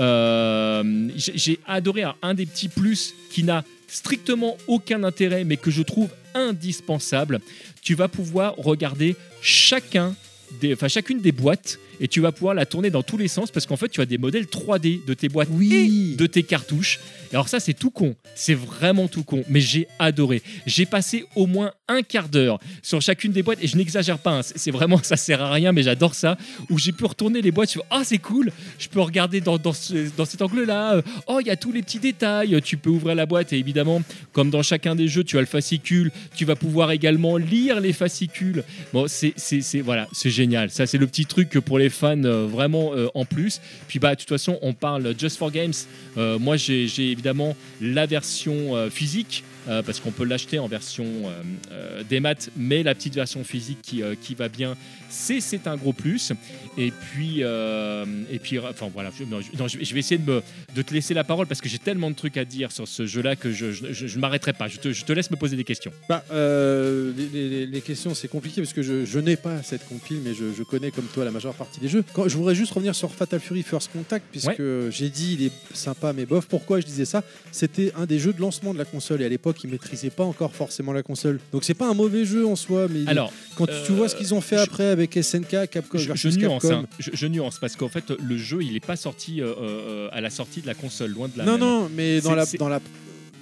J'ai adoré un des petits plus qui n'a strictement aucun intérêt, mais que je trouve indispensable. Tu vas pouvoir regarder chacune des boîtes et tu vas pouvoir la tourner dans tous les sens, parce qu'en fait tu as des modèles 3D de tes boîtes et de tes cartouches. Et alors ça, c'est tout con, c'est vraiment tout con, mais j'ai adoré. J'ai passé au moins un quart d'heure sur chacune des boîtes, et je n'exagère pas, c'est vraiment, ça sert à rien, mais j'adore ça, où j'ai pu retourner les boîtes, je fais c'est cool, je peux regarder dans cet angle-là, il y a tous les petits détails, tu peux ouvrir la boîte, et évidemment, comme dans chacun des jeux, tu as le fascicule, tu vas pouvoir également lire les fascicules. Bon, c'est génial, ça c'est le petit truc pour les fans vraiment en plus. Puis de toute façon, on parle Just for Games, moi j'ai évidemment la version physique, parce qu'on peut l'acheter en version démat, mais la petite version physique qui va bien, c'est un gros plus. Et puis enfin voilà, je vais essayer de te laisser la parole, parce que j'ai tellement de trucs à dire sur ce jeu là que je ne m'arrêterai pas. Je te laisse me poser des questions. Les questions, c'est compliqué parce que je n'ai pas cette compile, mais je connais comme toi la majeure partie des jeux. Je voudrais juste revenir sur Fatal Fury First Contact, puisque j'ai dit il est sympa mais bof. Pourquoi je disais ça? C'était un des jeux de lancement de la console, et à l'époque ils maîtrisaient pas encore forcément la console, donc c'est pas un mauvais jeu en soi, mais quand tu vois ce qu'ils ont fait après avec SNK, Capcom, je nuance, parce qu'en fait le jeu il est pas sorti à la sortie de la console, loin de là. Non, mais dans la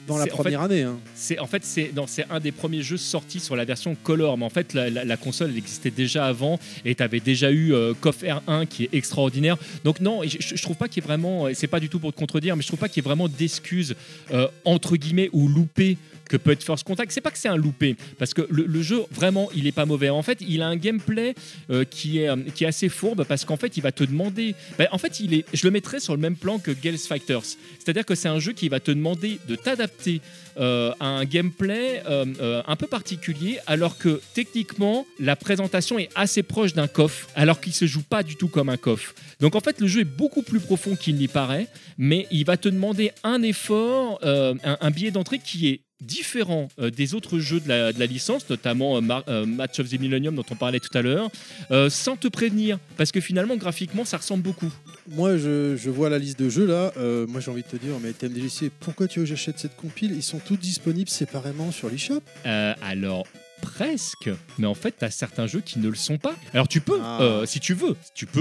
Dans la première année. Hein. C'est un des premiers jeux sortis sur la version Color, mais en fait la console elle existait déjà avant et tu avais déjà eu KOF R1 qui est extraordinaire. Donc non, je trouve pas qu'il y ait vraiment, c'est pas du tout pour te contredire, mais je trouve pas qu'il y ait vraiment d'excuses entre guillemets ou loupées que peut être First Contact. C'est pas que c'est un loupé, parce que le jeu, vraiment, il est pas mauvais. En fait, il a un gameplay qui est assez fourbe, parce qu'en fait, il va te demander... en fait, je le mettrais sur le même plan que Gales Fighters. C'est-à-dire que c'est un jeu qui va te demander de t'adapter à un gameplay un peu particulier, alors que techniquement, la présentation est assez proche d'un KOF, alors qu'il se joue pas du tout comme un KOF. Donc en fait, le jeu est beaucoup plus profond qu'il n'y paraît, mais il va te demander un effort, un billet d'entrée qui est différent des autres jeux de la licence, notamment Match of the Millennium dont on parlait tout à l'heure, sans te prévenir, parce que finalement graphiquement ça ressemble beaucoup. Moi je vois la liste de jeux là, moi j'ai envie de te dire, mais TMDJC, pourquoi tu veux que j'achète cette compile? Ils sont tous disponibles séparément sur l'eShop. Alors presque, mais en fait t'as certains jeux qui ne le sont pas. Alors tu peux, si tu veux,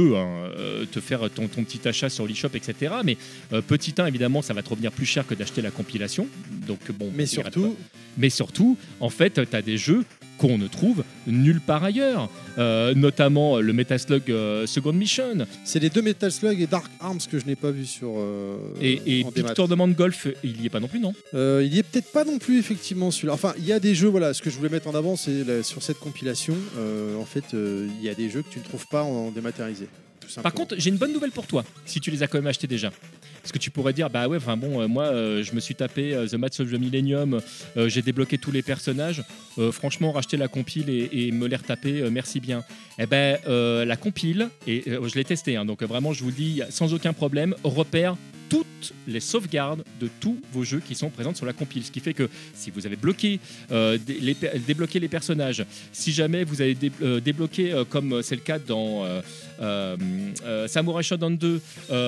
te faire ton petit achat sur l'eShop, etc. Mais petit 1 évidemment ça va te revenir plus cher que d'acheter la compilation, donc bon. Mais surtout en fait t'as des jeux qu'on ne trouve nulle part ailleurs, notamment le Metal Slug Second Mission. C'est les deux Metal Slug et Dark Arms que je n'ai pas vu sur et Big Tournament de Golf, il y est pas non plus, non? Il y est peut-être pas non plus effectivement celui-là. Enfin, il y a des jeux, voilà, ce que je voulais mettre en avant, c'est sur cette compilation, en fait, il y a des jeux que tu ne trouves pas en dématérialisé. Par contre, j'ai une bonne nouvelle pour toi, si tu les as quand même achetés déjà. Parce que tu pourrais dire, bah ouais, enfin bon, moi je me suis tapé The Match of the Millennium, j'ai débloqué tous les personnages. Franchement, racheter la compile et me les retaper, merci bien. Eh ben, la compile, et je l'ai testé, hein, donc vraiment, je vous le dis, sans aucun problème, repère toutes les sauvegardes de tous vos jeux qui sont présentes sur la compile. Ce qui fait que si vous avez débloqué les personnages, si jamais vous avez débloqué, comme c'est le cas dans Samurai Shodown 2,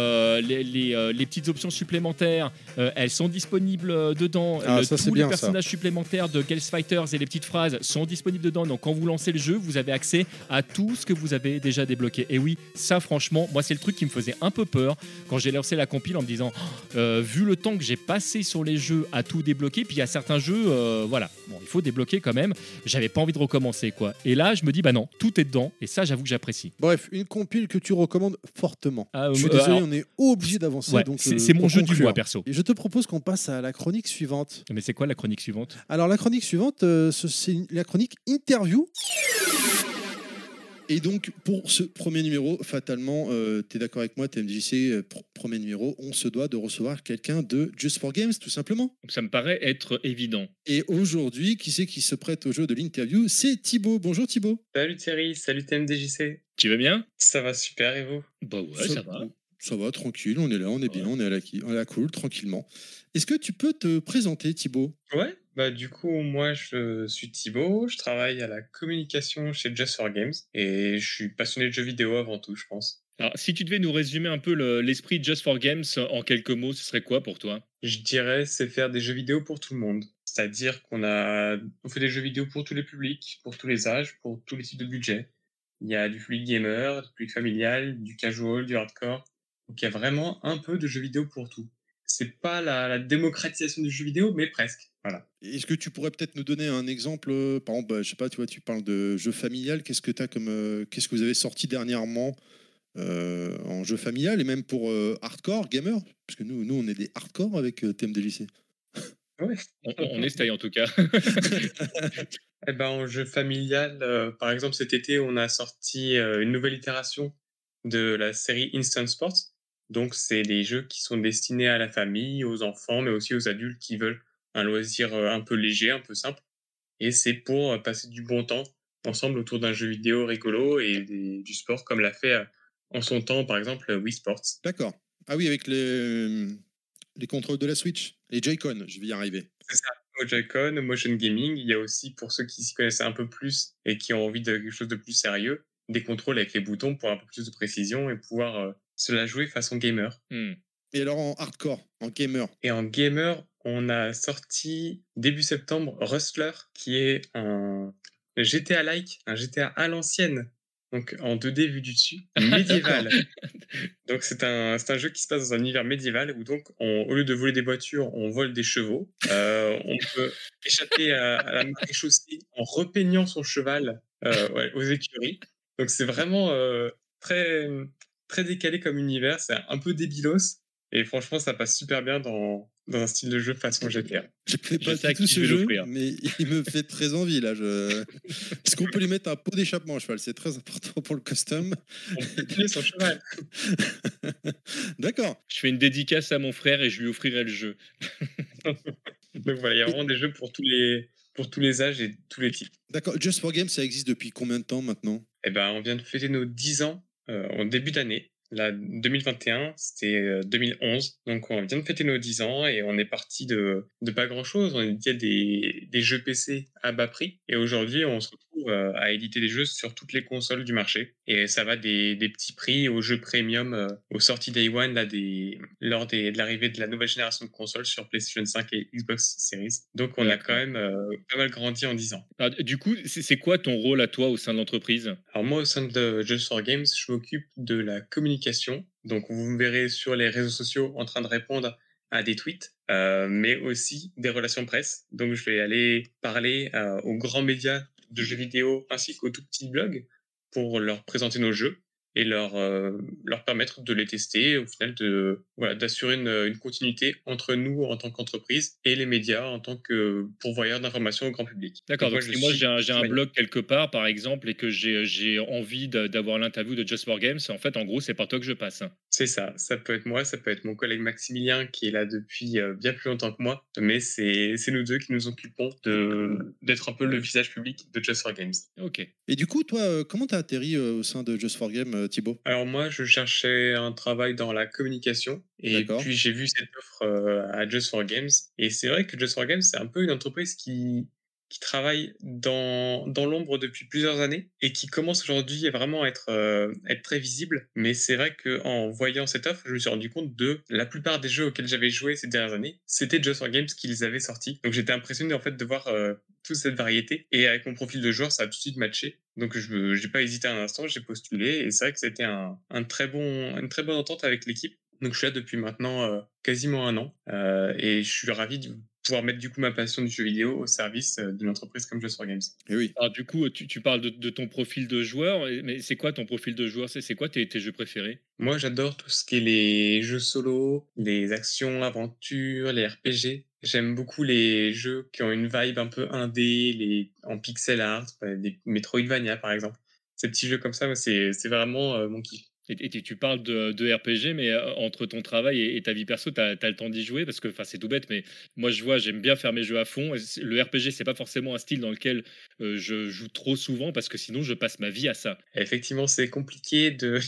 les petites options supplémentaires, elles sont disponibles dedans. Tous les personnages supplémentaires de Gales Fighters et les petites phrases sont disponibles dedans. Donc quand vous lancez le jeu, vous avez accès à tout ce que vous avez déjà débloqué. Et oui, ça franchement, moi c'est le truc qui me faisait un peu peur quand j'ai lancé la compile en me disant vu le temps que j'ai passé sur les jeux à tout débloquer, puis il y a certains jeux, voilà, bon, il faut débloquer quand même. J'avais pas envie de recommencer, quoi. Et là, je me dis, bah non, tout est dedans, et ça, j'avoue que j'apprécie. Bref, une compile que tu recommandes fortement. Je suis désolé, on est obligé d'avancer. Ouais, donc c'est mon jeu du mois, perso. Et je te propose qu'on passe à la chronique suivante. Mais c'est quoi la chronique suivante? Alors, la chronique suivante, c'est la chronique interview. Et donc, pour ce premier numéro, fatalement, tu es d'accord avec moi, TMDJC, premier numéro, on se doit de recevoir quelqu'un de Just for Games, tout simplement. Ça me paraît être évident. Et aujourd'hui, qui c'est qui se prête au jeu de l'interview? C'est Thibaut. Bonjour Thibaut. Salut Thierry, salut TMDJC. Tu vas bien? Ça va super, et vous? Bah ouais, ça va. Ça va, tranquille, on est là, on est bien, on est à la cool, tranquillement. Est-ce que tu peux te présenter, Thibaut? Ouais, bah du coup, moi je suis Thibaut, je travaille à la communication chez Just for Games et je suis passionné de jeux vidéo avant tout, je pense. Alors, si tu devais nous résumer un peu l'esprit de Just for Games en quelques mots, ce serait quoi pour toi? Je dirais c'est faire des jeux vidéo pour tout le monde. C'est-à-dire on fait des jeux vidéo pour tous les publics, pour tous les âges, pour tous les types de budgets. Il y a du public gamer, du public familial, du casual, du hardcore. Donc il y a vraiment un peu de jeux vidéo pour tout. C'est pas la démocratisation du jeu vidéo, mais presque. Voilà. Est-ce que tu pourrais peut-être nous donner un exemple, par exemple, je sais pas, tu vois, tu parles de jeu familial, qu'est-ce que vous avez sorti dernièrement en jeu familial et même pour hardcore gamer, parce que nous on est des hardcore avec TMDJC. Ouais. On essaye en tout cas. Eh ben, en jeu familial, par exemple cet été on a sorti une nouvelle itération de la série Instant Sports. Donc c'est des jeux qui sont destinés à la famille, aux enfants, mais aussi aux adultes qui veulent un loisir un peu léger, un peu simple. Et c'est pour passer du bon temps ensemble autour d'un jeu vidéo rigolo et du sport, comme l'a fait en son temps, par exemple, Wii Sports. D'accord. Ah oui, avec les contrôles de la Switch, les Joy-Con, je vais y arriver. C'est ça, au Joy-Con, au motion gaming. Il y a aussi, pour ceux qui s'y connaissent un peu plus et qui ont envie de quelque chose de plus sérieux, des contrôles avec les boutons pour un peu plus de précision et pouvoir se la jouer façon gamer. Et alors en hardcore, en gamer? Et en gamer, on a sorti début septembre Rustler, qui est un GTA-like, un GTA à l'ancienne, donc en 2D vu du dessus, médiéval. Donc c'est un jeu qui se passe dans un univers médiéval où donc au lieu de voler des voitures, on vole des chevaux. On peut échapper à la maréchaussée en repeignant son cheval, ouais, aux écuries. Donc c'est vraiment, très, très décalé comme univers, c'est un peu débilos et franchement ça passe super bien dans un style de jeu façon GTA. Je connais Je pas sais du à tout qui je ce vais jeu, l'offrir. mais il me fait très envie là. Est-ce qu'on peut lui mettre un pot d'échappement à cheval? C'est très important pour le custom. On peut tuner son cheval. D'accord. Je fais une dédicace à mon frère et je lui offrirai le jeu. Donc voilà, il y a Et- vraiment des jeux pour tous les âges et tous les types. D'accord. Just for Games, ça existe depuis combien de temps maintenant? Eh ben, on vient de fêter nos 10 ans en début d'année. Là, 2021, c'était 2011. Donc, on vient de fêter nos 10 ans et on est parti de pas grand-chose. On éditait des jeux PC à bas prix. Et aujourd'hui, on se retrouve à éditer des jeux sur toutes les consoles du marché. Et ça va des petits prix aux jeux premium, aux sorties Day One, là, de l'arrivée de la nouvelle génération de consoles sur PlayStation 5 et Xbox Series. Donc, on a quand D'accord. même pas mal grandi en 10 ans. Alors, du coup, c'est quoi ton rôle à toi au sein de l'entreprise? Alors moi, au sein de Just for Games, je m'occupe de la communication. Donc vous me verrez sur les réseaux sociaux en train de répondre à des tweets, mais aussi des relations presse. Donc je vais aller parler aux grands médias de jeux vidéo ainsi qu'aux tout petits blogs pour leur présenter nos jeux et leur permettre de les tester, au final voilà, d'assurer une continuité entre nous en tant qu'entreprise et les médias en tant que pourvoyeurs d'informations au grand public. D'accord, Donc moi, donc je si moi suis j'ai un blog quelque part, par exemple, et que j'ai envie d'avoir l'interview de Just for Games, en fait, en gros, c'est par toi que je passe. C'est ça peut être moi, ça peut être mon collègue Maximilien qui est là depuis bien plus longtemps que moi, mais c'est nous deux qui nous occupons d'être un peu le visage public de Just for Games. Ok. Et du coup, toi, comment t'as atterri au sein de Just for Games, Thibaut? Alors moi, je cherchais un travail dans la communication et D'accord. puis j'ai vu cette offre à Just for Games et c'est vrai que Just for Games, c'est un peu une entreprise qui travaille dans l'ombre depuis plusieurs années et qui commence aujourd'hui à vraiment être très visible. Mais c'est vrai qu'en voyant cette offre, je me suis rendu compte de la plupart des jeux auxquels j'avais joué ces dernières années, c'était Just for Games qui les avait sortis. Donc j'étais impressionné en fait de voir toute cette variété et avec mon profil de joueur, ça a tout de suite matché. Donc je n'ai pas hésité un instant, j'ai postulé et c'est vrai que c'était une très bonne entente avec l'équipe. Donc je suis là depuis maintenant quasiment un an et je suis ravi de pouvoir mettre du coup ma passion du jeu vidéo au service d'une entreprise comme Just for Games. Et oui. Alors du coup, tu parles de ton profil de joueur, mais c'est quoi ton profil de joueur? C'est quoi tes jeux préférés? Moi j'adore tout ce qui est les jeux solo, les actions, aventures, les RPG. J'aime beaucoup les jeux qui ont une vibe un peu indé, en pixel art, des Metroidvania par exemple. Ces petits jeux comme ça, moi, c'est vraiment mon kiff. Et tu parles de RPG, mais entre ton travail et ta vie perso, tu as le temps d'y jouer parce que c'est tout bête, mais moi je vois, j'aime bien faire mes jeux à fond. Et le RPG, c'est pas forcément un style dans lequel je joue trop souvent parce que sinon je passe ma vie à ça. Effectivement, c'est compliqué de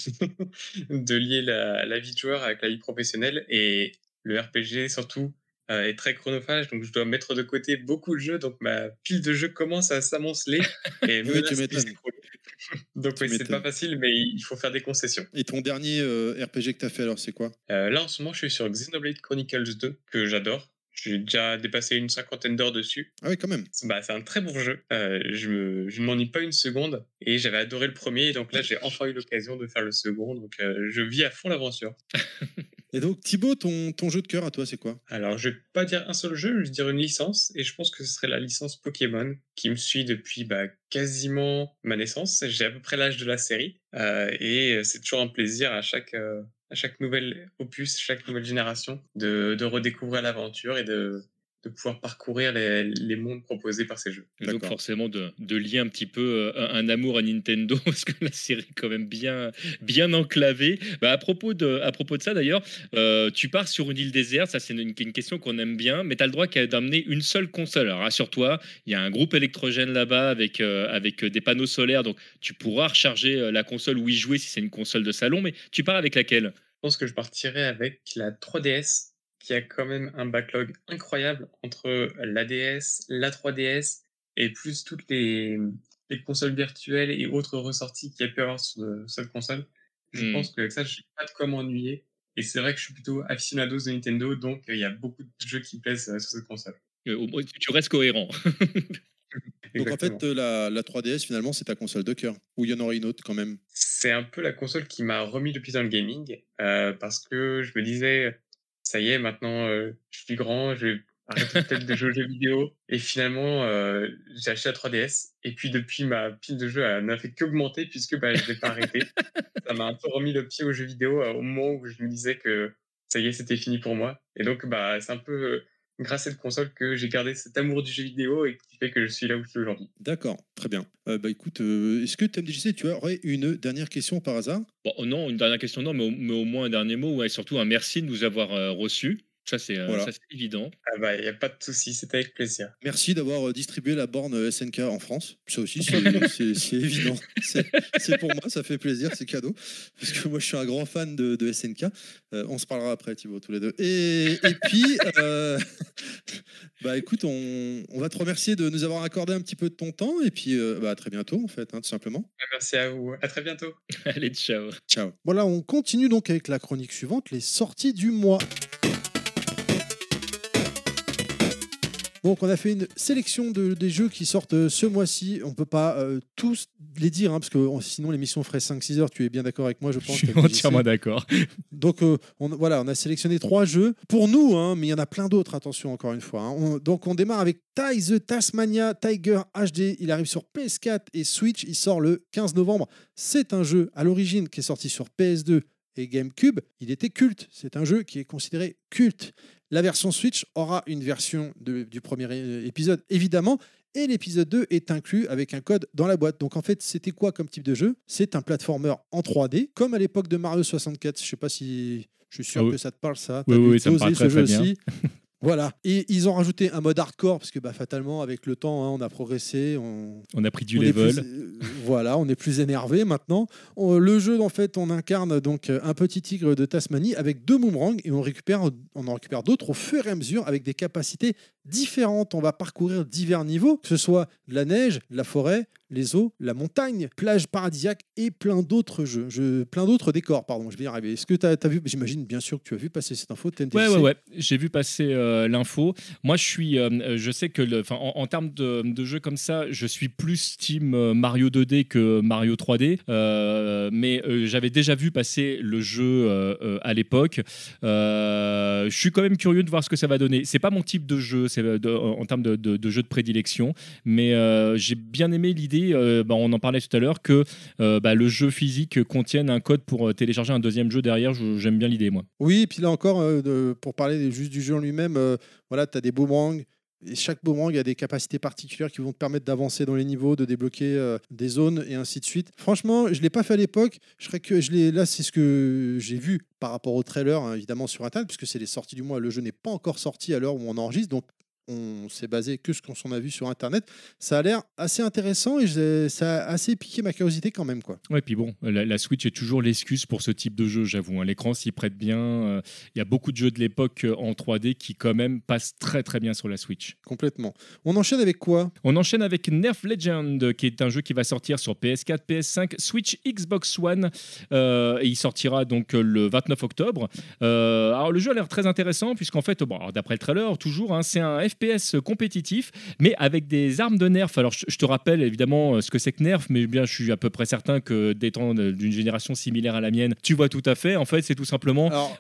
de lier la vie de joueur avec la vie professionnelle et le RPG surtout, est très chronophage, donc je dois mettre de côté beaucoup de jeux, donc ma pile de jeux commence à s'amonceler et Et oui, tu menace de m'étonnes. s'écrouler. Donc Tu oui, c'est pas m'étonnes. facile, mais il faut faire des concessions. Et ton dernier RPG que t'as fait alors, c'est quoi? Là, en ce moment, je suis sur Xenoblade Chronicles 2 que j'adore. J'ai déjà dépassé une cinquantaine d'heures dessus. Ah oui, quand même. C'est un très bon jeu. Je ne m'ennuie pas une seconde et j'avais adoré le premier. Donc là, j'ai enfin eu l'occasion de faire le second. Donc je vis à fond l'aventure. Et donc, Thibaut, ton jeu de cœur à toi, c'est quoi? Alors, je vais pas dire un seul jeu, je vais dire une licence. Et je pense que ce serait la licence Pokémon qui me suit depuis quasiment ma naissance. J'ai à peu près l'âge de la série. Et c'est toujours un plaisir à chaque nouvel opus, chaque nouvelle génération, de redécouvrir l'aventure et de pouvoir parcourir les mondes proposés par ces jeux. Et donc D'accord. forcément de lier un petit peu un amour à Nintendo parce que la série est quand même bien enclavée. À propos de ça d'ailleurs, tu pars sur une île déserte, ça c'est une question qu'on aime bien, mais tu as le droit d'amener une seule console. Alors rassure-toi, il y a un groupe électrogène là-bas avec des panneaux solaires, donc tu pourras recharger la console ou y jouer si c'est une console de salon, mais tu pars avec laquelle? Je pense que je partirais avec la 3DS, qui a quand même un backlog incroyable entre la DS, la 3DS et plus toutes les consoles virtuelles et autres ressorties qu'il y a pu avoir sur cette console. Je Hmm. pense qu'avec ça, j'ai pas de quoi m'ennuyer. Et c'est vrai que je suis plutôt aficionados de Nintendo, donc il y a beaucoup de jeux qui me plaisent sur cette console. Tu restes cohérent. Donc en Exactement. fait, la 3DS, finalement, c'est ta console de cœur. Ou il y en aurait une autre quand même. C'est un peu la console qui m'a remis le pied dans le gaming, parce que je me disais: «Ça y est maintenant, je suis grand, je vais arrêter peut-être de jouer aux jeux vidéo» et finalement, j'ai acheté la 3DS et puis depuis ma pile de jeux, elle n'a fait qu'augmenter puisque, bah, je l'ai pas arrêtée. Ça m'a un peu remis le pied aux jeux vidéo, au moment où je me disais que ça y est, c'était fini pour moi et donc bah, c'est un peu, grâce à cette console que j'ai gardé cet amour du jeu vidéo et qui fait que je suis là où je suis aujourd'hui. D'accord, très bien. Bah écoute, est-ce que TMDJC, tu aurais une dernière question par hasard? Bon, non, une dernière question, non, mais au moins un dernier mot, ouais, surtout un merci de nous avoir reçus. Voilà. Ça, c'est évident. Ah bah, il y a pas de souci, c'était avec plaisir. Merci d'avoir distribué la borne SNK en France. Ça aussi, c'est évident. C'est pour moi, ça fait plaisir, c'est cadeau. Parce que moi, je suis un grand fan de SNK. On se parlera après, Thibaut, tous les deux. Et puis, bah écoute, on va te remercier de nous avoir accordé un petit peu de ton temps. Et puis, bah, à très bientôt, en fait, hein, tout simplement. Merci à vous. À très bientôt. Allez, ciao. Ciao. Voilà, on continue donc avec la chronique suivante, les sorties du mois. Donc on a fait une sélection des jeux qui sortent ce mois-ci. On peut pas tous les dire, hein, parce que sinon l'émission ferait 5-6 heures. Tu es bien d'accord avec moi, je Je pense. suis TMDJC. entièrement d'accord. Donc voilà, on a sélectionné 3 jeux pour nous, hein, mais il y en a plein d'autres, attention encore une fois. Hein. Donc on démarre avec Ty the Tasmania Tiger HD. Il arrive sur PS4 et Switch. Il sort le 15 novembre. C'est un jeu à l'origine qui est sorti sur PS2 et GameCube. Il était culte. C'est un jeu qui est considéré culte. La version Switch aura une version du premier épisode, évidemment, et l'épisode 2 est inclus avec un code dans la boîte. Donc en fait, c'était quoi comme type de jeu? C'est un platformer en 3D, comme à l'époque de Mario 64. Je sais pas si... Je suis sûr que ça te parle, ça. Oui, T'as dû oui, ça me parle doser très, ce jeu très bien. aussi. Voilà. Et ils ont rajouté un mode hardcore, parce que bah, fatalement, avec le temps, hein, on a progressé. On a pris du On est level. voilà, on est plus énervé maintenant. Le jeu, en fait, on incarne donc un petit tigre de Tasmanie avec 2 boomerangs et on en récupère d'autres au fur et à mesure avec des capacités différentes. On va parcourir divers niveaux, que ce soit de la neige, de la forêt, les eaux, la montagne, plage paradisiaque et plein d'autres plein d'autres décors, pardon, je vais y arriver. Est-ce que tu as vu, j'imagine bien sûr que tu as vu passer cette info, TMDJC. Ouais. J'ai vu passer l'info. Moi, je sais que, en termes de jeux comme ça, je suis plus team Mario 2D que Mario 3D. Mais j'avais déjà vu passer le jeu à l'époque. Je suis quand même curieux de voir ce que ça va donner. C'est pas mon type de jeu, en termes de jeu de prédilection, mais j'ai bien aimé l'idée. On en parlait tout à l'heure que le jeu physique contienne un code pour télécharger un deuxième jeu derrière. J'aime bien l'idée, moi. Oui, et puis là encore, pour parler juste du jeu en lui-même, voilà, tu as des boomerangs. Et chaque boomerang a des capacités particulières qui vont te permettre d'avancer dans les niveaux, de débloquer des zones et ainsi de suite. Franchement, je ne l'ai pas fait à l'époque. Là, c'est ce que j'ai vu par rapport au trailer, hein, évidemment, sur Internet, puisque c'est les sorties du mois. Le jeu n'est pas encore sorti à l'heure où on enregistre. Donc, on s'est basé que ce qu'on s'en a vu sur Internet. Ça a l'air assez intéressant et ça a assez piqué ma curiosité quand même, quoi. Ouais, puis bon, la Switch est toujours l'excuse pour ce type de jeu, j'avoue. Hein. L'écran s'y prête bien. Il y a beaucoup de jeux de l'époque en 3D qui, quand même, passent très très bien sur la Switch. Complètement. On enchaîne avec quoi? On enchaîne avec Nerf Legend, qui est un jeu qui va sortir sur PS4, PS5, Switch, Xbox One. Et il sortira donc le 29 octobre. Alors, le jeu a l'air très intéressant, puisqu'en fait, d'après le trailer, toujours, hein, c'est un FPS compétitif, mais avec des armes de Nerf. Alors, je te rappelle évidemment ce que c'est que Nerf, mais bien, je suis à peu près certain que d'étant d'une génération similaire à la mienne, tu vois tout à fait. En fait, c'est tout simplement. Alors,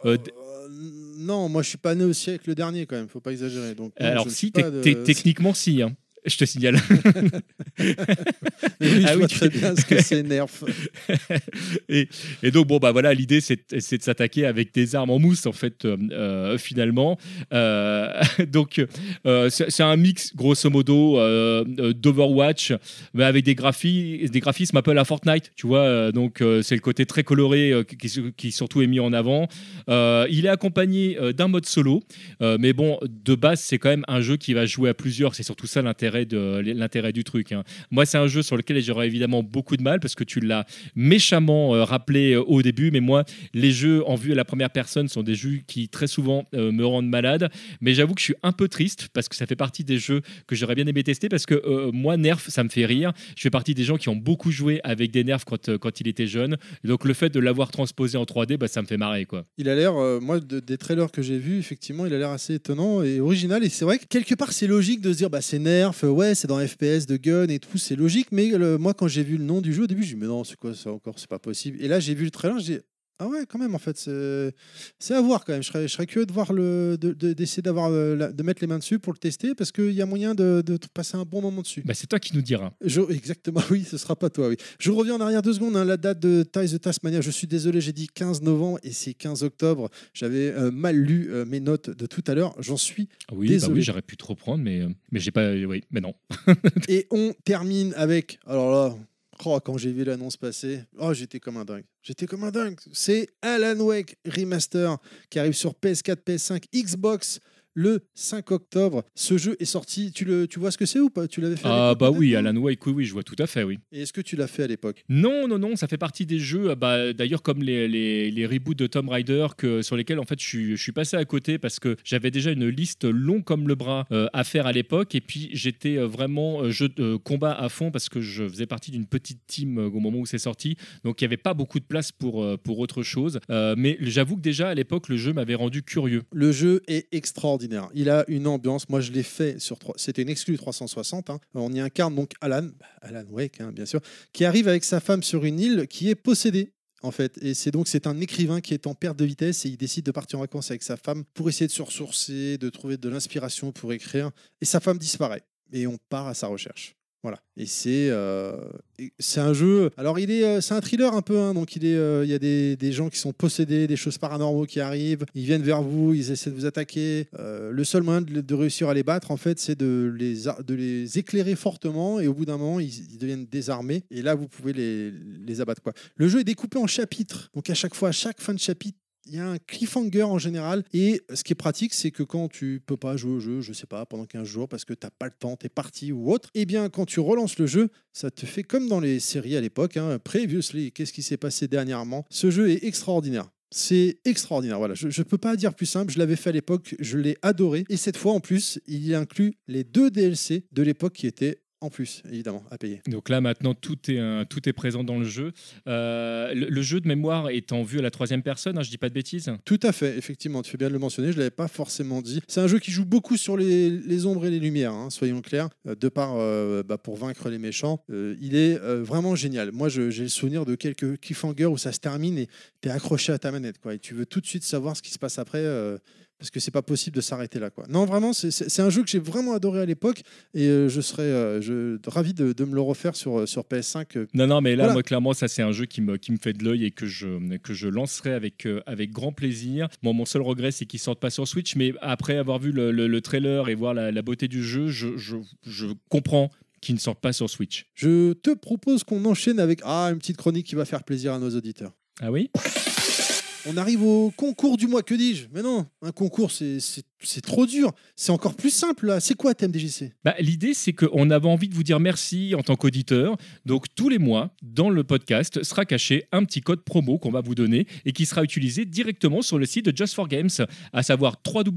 non, moi je suis pas né aussi avec le dernier quand même, faut pas exagérer. Donc, non, alors, je ne si, suis pas de- techniquement, si. Hein. Je te signale. Oui, je Ah oui, vois très bien ce que c'est Nerf. et donc, voilà, l'idée, c'est de s'attaquer avec des armes en mousse, en fait, finalement. Donc, c'est un mix, grosso modo, d'Overwatch, mais avec des graphismes un peu à la Fortnite, tu vois. Donc, c'est le côté très coloré qui surtout est mis en avant. Il est accompagné d'un mode solo, mais bon, de base, c'est quand même un jeu qui va jouer à plusieurs. C'est surtout ça l'intérêt du truc. Hein. Moi, c'est un jeu sur lequel j'aurais évidemment beaucoup de mal parce que tu l'as méchamment rappelé au début, mais moi, les jeux en vue à la première personne sont des jeux qui très souvent me rendent malade. Mais j'avoue que je suis un peu triste parce que ça fait partie des jeux que j'aurais bien aimé tester parce que moi, Nerf, ça me fait rire. Je fais partie des gens qui ont beaucoup joué avec des Nerfs quand il était jeune. Et donc, le fait de l'avoir transposé en 3D, ça me fait marrer, quoi. Il a l'air, moi, des trailers que j'ai vus, effectivement, il a l'air assez étonnant et original. Et c'est vrai que quelque part, c'est logique de se dire, c'est Nerf, ouais, c'est dans FPS de gun et tout, c'est logique, mais moi, quand j'ai vu le nom du jeu au début, je me dis, mais non, c'est quoi ça encore, c'est pas possible. Et là, j'ai vu le trailer, j'ai dit, ah ouais, quand même, en fait, c'est à voir quand même. Je serais curieux de voir d'essayer de mettre les mains dessus pour le tester parce qu'il y a moyen de passer un bon moment dessus. Bah, c'est toi qui nous diras. Exactement, oui, ce sera pas toi, oui. Je reviens en arrière 2 secondes, hein, la date de Ties of Tasmania, je suis désolé, j'ai dit 15 novembre et c'est 15 octobre. J'avais mal lu mes notes de tout à l'heure, j'en suis Oui, désolé. bah oui, j'aurais pu te reprendre, mais j'ai pas. Oui, mais non. Et on termine avec, alors là, quand j'ai vu l'annonce passer, j'étais comme un dingue. C'est Alan Wake Remaster qui arrive sur PS4, PS5, Xbox le 5 octobre. Ce jeu est sorti. Tu vois ce que c'est ou pas? Tu l'avais fait à l'époque? Ah bah oui, Alan Wake, oui, je vois tout à fait, oui. Et est-ce que tu l'as fait à l'époque? Non, ça fait partie des jeux, d'ailleurs comme les reboots de Tomb Raider sur lesquels en fait je suis passé à côté parce que j'avais déjà une liste longue comme le bras à faire à l'époque et puis j'étais vraiment jeu de combat à fond parce que je faisais partie d'une petite team au moment où c'est sorti, donc il n'y avait pas beaucoup de place pour autre chose, mais j'avoue que déjà à l'époque le jeu m'avait rendu curieux. Le jeu est extraordinaire. Il a une ambiance. Moi, je l'ai fait sur 3. C'était une exclue 360. Hein. On y incarne donc Alan Wake, hein, bien sûr, qui arrive avec sa femme sur une île qui est possédée. En fait, et c'est un écrivain qui est en perte de vitesse et il décide de partir en vacances avec sa femme pour essayer de se ressourcer, de trouver de l'inspiration pour écrire. Et sa femme disparaît et on part à sa recherche. Voilà. Et c'est un jeu. Alors c'est un thriller un peu, hein, donc il y a des gens qui sont possédés, des choses paranormaux qui arrivent. Ils viennent vers vous, ils essaient de vous attaquer. Le seul moyen de réussir à les battre, en fait, c'est de les éclairer fortement. Et au bout d'un moment, ils deviennent désarmés. Et là, vous pouvez les abattre, quoi. Le jeu est découpé en chapitres. Donc à chaque fin de chapitre, il y a un cliffhanger en général. Et ce qui est pratique, c'est que quand tu peux pas jouer au jeu, je sais pas, pendant 15 jours parce que t'as pas le temps, t'es parti ou autre, et bien quand tu relances le jeu, ça te fait comme dans les séries à l'époque, hein, Previously, qu'est-ce qui s'est passé dernièrement. Ce jeu est extraordinaire. C'est extraordinaire, voilà. Je ne peux pas dire plus simple, je l'avais fait à l'époque, je l'ai adoré. Et cette fois, en plus, il inclut les 2 DLC de l'époque qui étaient en plus, évidemment, à payer. Donc là, maintenant, tout est présent dans le jeu. Le jeu de mémoire est en vue à la 3e personne, hein, je dis pas de bêtises. Tout à fait, effectivement, tu fais bien de le mentionner, je ne l'avais pas forcément dit. C'est un jeu qui joue beaucoup sur les ombres et les lumières, hein, soyons clairs, pour vaincre les méchants. Il est vraiment génial. Moi, j'ai le souvenir de quelques cliffhangers où ça se termine et tu es accroché à ta manette, quoi, et tu veux tout de suite savoir ce qui se passe après. Parce que c'est pas possible de s'arrêter là, quoi. Non, vraiment, c'est un jeu que j'ai vraiment adoré à l'époque et je serais ravi de me le refaire sur PS5. Non, mais là, voilà. Moi, clairement, ça, c'est un jeu qui me fait de l'œil et que je lancerai avec grand plaisir. Bon, mon seul regret, c'est qu'il ne sorte pas sur Switch, mais après avoir vu le trailer et voir la beauté du jeu, je comprends qu'il ne sorte pas sur Switch. Je te propose qu'on enchaîne avec une petite chronique qui va faire plaisir à nos auditeurs. Ah oui ? On arrive au concours du mois, que dis-je? Mais non, un concours, c'est trop dur. C'est encore plus simple, là. C'est quoi TMDJC? L'idée, c'est qu'on avait envie de vous dire merci en tant qu'auditeur. Donc, tous les mois, dans le podcast, sera caché un petit code promo qu'on va vous donner et qui sera utilisé directement sur le site de Just for Games, à savoir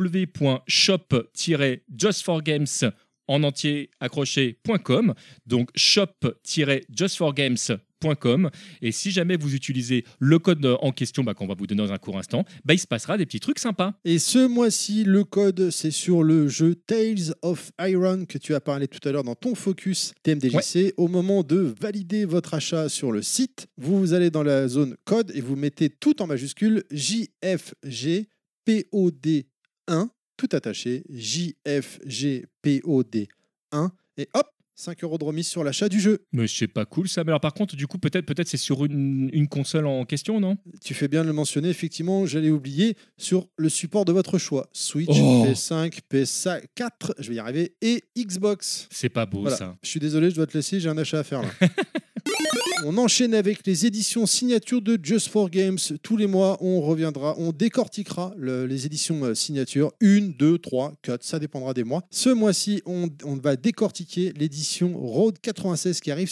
www.shop-justforgames en entier accroché.com. Donc, shop-justforgames.com. Et si jamais vous utilisez le code en question qu'on va vous donner dans un court instant, il se passera des petits trucs sympas. Et ce mois-ci, le code, c'est sur le jeu Tales of Iron que tu as parlé tout à l'heure dans ton focus TMDJC. Ouais. Au moment de valider votre achat sur le site, vous allez dans la zone code et vous mettez tout en majuscule JFGPOD1, tout attaché, JFGPOD1, et hop, 5 € de remise sur l'achat du jeu. Mais c'est pas cool ça. Mais alors par contre, du coup, peut-être c'est sur une console en question, non? Tu fais bien de le mentionner. Effectivement, j'allais oublier, sur le support de votre choix. Switch, PS5, PS4, je vais y arriver, et Xbox. C'est pas beau, voilà. Ça. Je suis désolé, je dois te laisser, j'ai un achat à faire là. On enchaîne avec les éditions signatures de Just for Games. Tous les mois, on reviendra, on décortiquera les éditions signatures. 1, 2, 3, 4, ça dépendra des mois. Ce mois-ci, on va décortiquer l'édition Road 96 qui arrive sur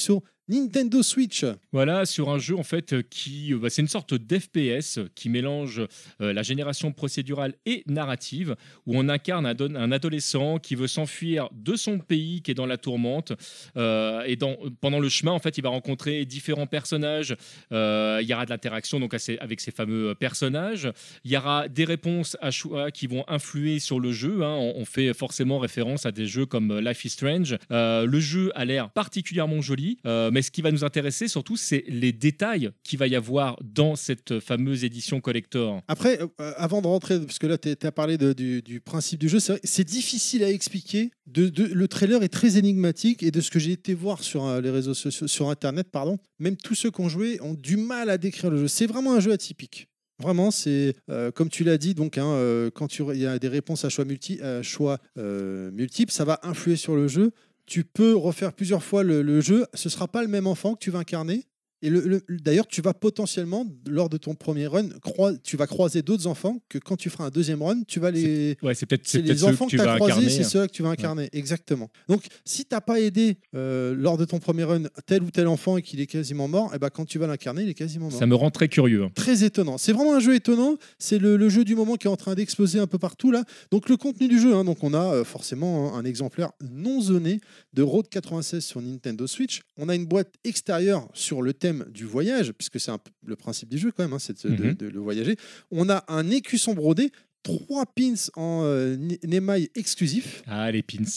Nintendo Switch. Voilà, sur un jeu en fait qui, c'est une sorte d'FPS qui mélange la génération procédurale et narrative, où on incarne un adolescent qui veut s'enfuir de son pays qui est dans la tourmente. Pendant le chemin, en fait, il va rencontrer différents personnages. Il y aura de l'interaction donc avec ces fameux personnages. Il y aura des réponses à choix qui vont influer sur le jeu. Hein. On fait forcément référence à des jeux comme Life is Strange. Le jeu a l'air particulièrement joli, mais ce qui va nous intéresser surtout, c'est les détails qu'il va y avoir dans cette fameuse édition collector. Après, avant de rentrer, parce que là, tu as parlé du principe du jeu, c'est difficile à expliquer. Le trailer est très énigmatique et de ce que j'ai été voir sur les réseaux sociaux, sur Internet, pardon, même tous ceux qui ont joué ont du mal à décrire le jeu. C'est vraiment un jeu atypique. Vraiment, c'est comme tu l'as dit, donc quand il y a des réponses à choix multiples, ça va influer sur le jeu. Tu peux refaire plusieurs fois le jeu, ce ne sera pas le même enfant que tu vas incarner. Et d'ailleurs, tu vas potentiellement, lors de ton premier run, tu vas croiser d'autres enfants que quand tu feras un deuxième run, tu vas les... c'est les enfants que tu as croisés, c'est hein. ceux que tu vas incarner. Ouais. Exactement. Donc, si tu n'as pas aidé lors de ton premier run tel ou tel enfant et qu'il est quasiment mort, quand tu vas l'incarner, il est quasiment mort. Ça me rend très curieux. Hein. Très étonnant. C'est vraiment un jeu étonnant. C'est le jeu du moment qui est en train d'exploser un peu partout. Là. Donc, le contenu du jeu, donc on a forcément un exemplaire non zoné de Road 96 sur Nintendo Switch. On a une boîte extérieure sur le thème du voyage, puisque c'est le principe du jeu quand même, c'est de le voyager. On a un écusson brodé, 3 pins en émail exclusif. Ah, les pins.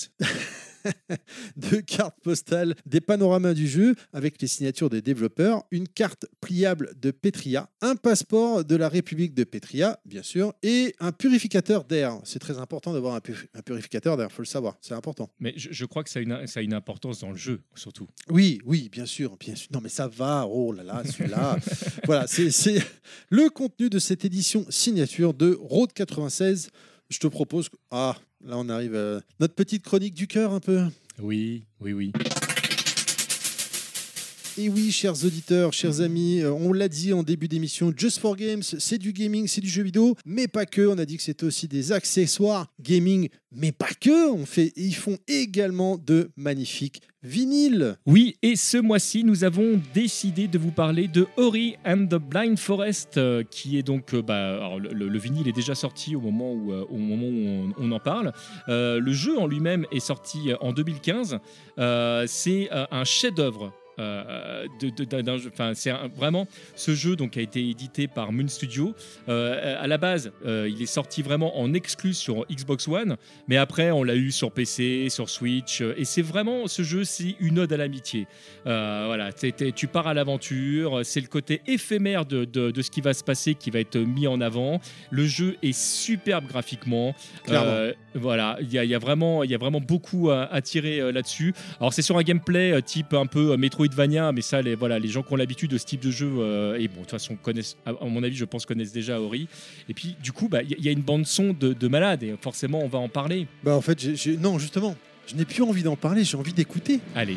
2 cartes postales, des panoramas du jeu avec les signatures des développeurs, une carte pliable de Petria, un passeport de la République de Petria, bien sûr, et un purificateur d'air. C'est très important d'avoir un purificateur d'air, il faut le savoir, c'est important. Mais je crois que ça a une importance dans le jeu, surtout. Oui, bien sûr. Non, mais ça va, oh là là, celui-là. Voilà, c'est le contenu de cette édition signature de Road 96. Je te propose... là on arrive à notre petite chronique du cœur un peu. Oui. Et oui, chers auditeurs, chers amis, on l'a dit en début d'émission, Just for Games, c'est du gaming, c'est du jeu vidéo, mais pas que. On a dit que c'était aussi des accessoires gaming, mais pas que. Ils font également de magnifiques vinyles. Oui, et ce mois-ci, nous avons décidé de vous parler de Ori and the Blind Forest, qui est donc... alors le vinyle est déjà sorti au moment où on en parle. Le jeu en lui-même est sorti en 2015. C'est un chef-d'œuvre. C'est vraiment ce jeu donc a été édité par Moon Studio. À la base, il est sorti vraiment en exclu sur Xbox One, mais après on l'a eu sur PC, sur Switch, et c'est vraiment ce jeu, c'est une ode à l'amitié. Voilà, tu pars à l'aventure, c'est le côté éphémère de ce qui va se passer qui va être mis en avant. Le jeu est superbe graphiquement. Voilà, il y a vraiment beaucoup à tirer là-dessus. Alors c'est sur un gameplay type un peu Metroidvania, mais ça les gens qui ont l'habitude de ce type de jeu et bon de toute façon connaissent, à mon avis je pense connaissent déjà Ori. Et puis du coup il y a une bande son de malade et forcément on va en parler. En fait non justement je n'ai plus envie d'en parler, j'ai envie d'écouter. Allez.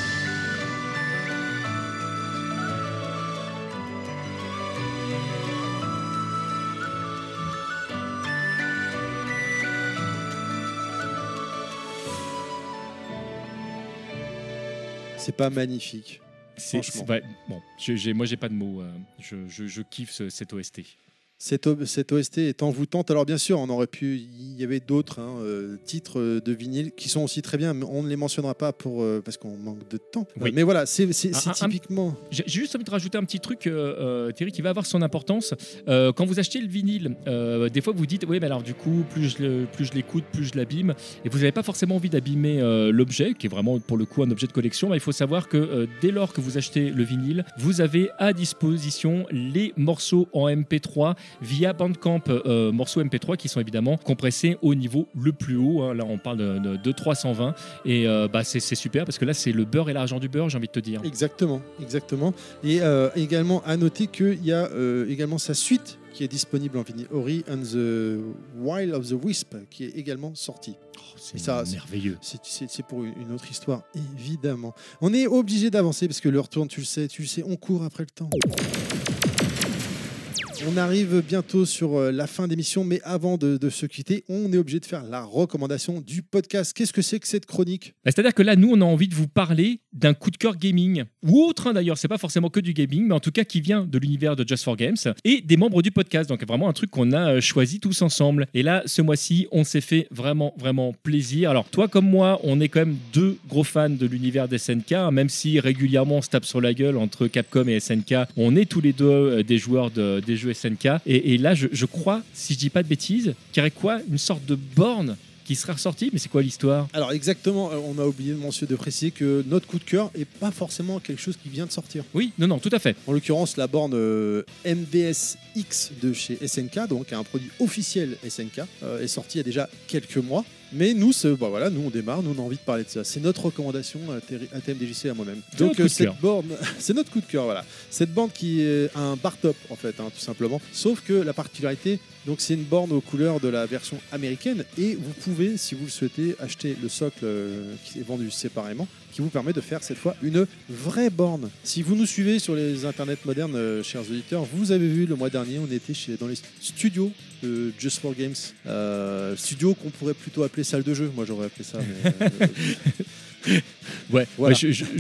C'est pas magnifique. Franchement. Moi j'ai pas de mots. Je kiffe cette OST. Cette OST est envoûtante. Alors bien sûr, il y avait d'autres titres de vinyle qui sont aussi très bien, mais on ne les mentionnera pas parce qu'on manque de temps. Oui. Mais voilà, c'est typiquement... J'ai juste envie de rajouter un petit truc, Thierry, qui va avoir son importance. Quand vous achetez le vinyle, des fois vous dites, oui, mais alors du coup, plus je l'écoute, plus je l'abîme, et vous n'avez pas forcément envie d'abîmer l'objet, qui est vraiment pour le coup un objet de collection. Il faut savoir que dès lors que vous achetez le vinyle, vous avez à disposition les morceaux en MP3 via Bandcamp, morceaux MP3 qui sont évidemment compressés au niveau le plus haut, hein. Là on parle de 320 et c'est super parce que là c'est le beurre et l'argent du beurre, j'ai envie de te dire. Exactement. Et également à noter qu'il y a également sa suite qui est disponible en vinyle, Ori and the Wild of the Wisp, qui est également sorti. C'est merveilleux. C'est pour une autre histoire, évidemment. On est obligé d'avancer parce que l'heure tourne, tu le sais, on court après le temps. On arrive bientôt sur la fin d'émission, mais avant de se quitter, on est obligé de faire la recommandation du podcast. Qu'est-ce que c'est que cette chronique ? C'est-à-dire que là, nous, on a envie de vous parler d'un coup de cœur gaming ou autre, hein, d'ailleurs, c'est pas forcément que du gaming, mais en tout cas qui vient de l'univers de Just for Games et des membres du podcast. Donc vraiment un truc qu'on a choisi tous ensemble. Et là, ce mois-ci, on s'est fait vraiment, vraiment plaisir. Alors toi comme moi, on est quand même deux gros fans de l'univers des SNK, hein, même si régulièrement on se tape sur la gueule entre Capcom et SNK. On est tous les deux des joueurs des jeux SNK. Et là, je crois, si je dis pas de bêtises, qu'il y aurait quoi, une sorte de borne qui sera ressorti, mais c'est quoi l'histoire? Alors exactement, on a oublié de préciser que notre coup de cœur est pas forcément quelque chose qui vient de sortir. Oui, non, tout à fait. En l'occurrence, la borne MVS X de chez SNK, donc un produit officiel SNK, est sorti il y a déjà quelques mois. Mais nous, voilà, nous on démarre, nous on a envie de parler de ça. C'est notre recommandation à TMDJC et à moi-même. Donc cette borne, c'est notre coup de cœur, voilà. Cette borne qui est un bar top en fait, hein, tout simplement. Sauf que la particularité, donc c'est une borne aux couleurs de la version américaine et vous pouvez, si vous le souhaitez, acheter le socle qui est vendu séparément, qui vous permet de faire cette fois une vraie borne. Si vous nous suivez sur les internets modernes, chers auditeurs, vous avez vu le mois dernier, on était dans les studios de Just for Games, studio qu'on pourrait plutôt appeler salle de jeu. Moi j'aurais appelé ça. Ouais, voilà.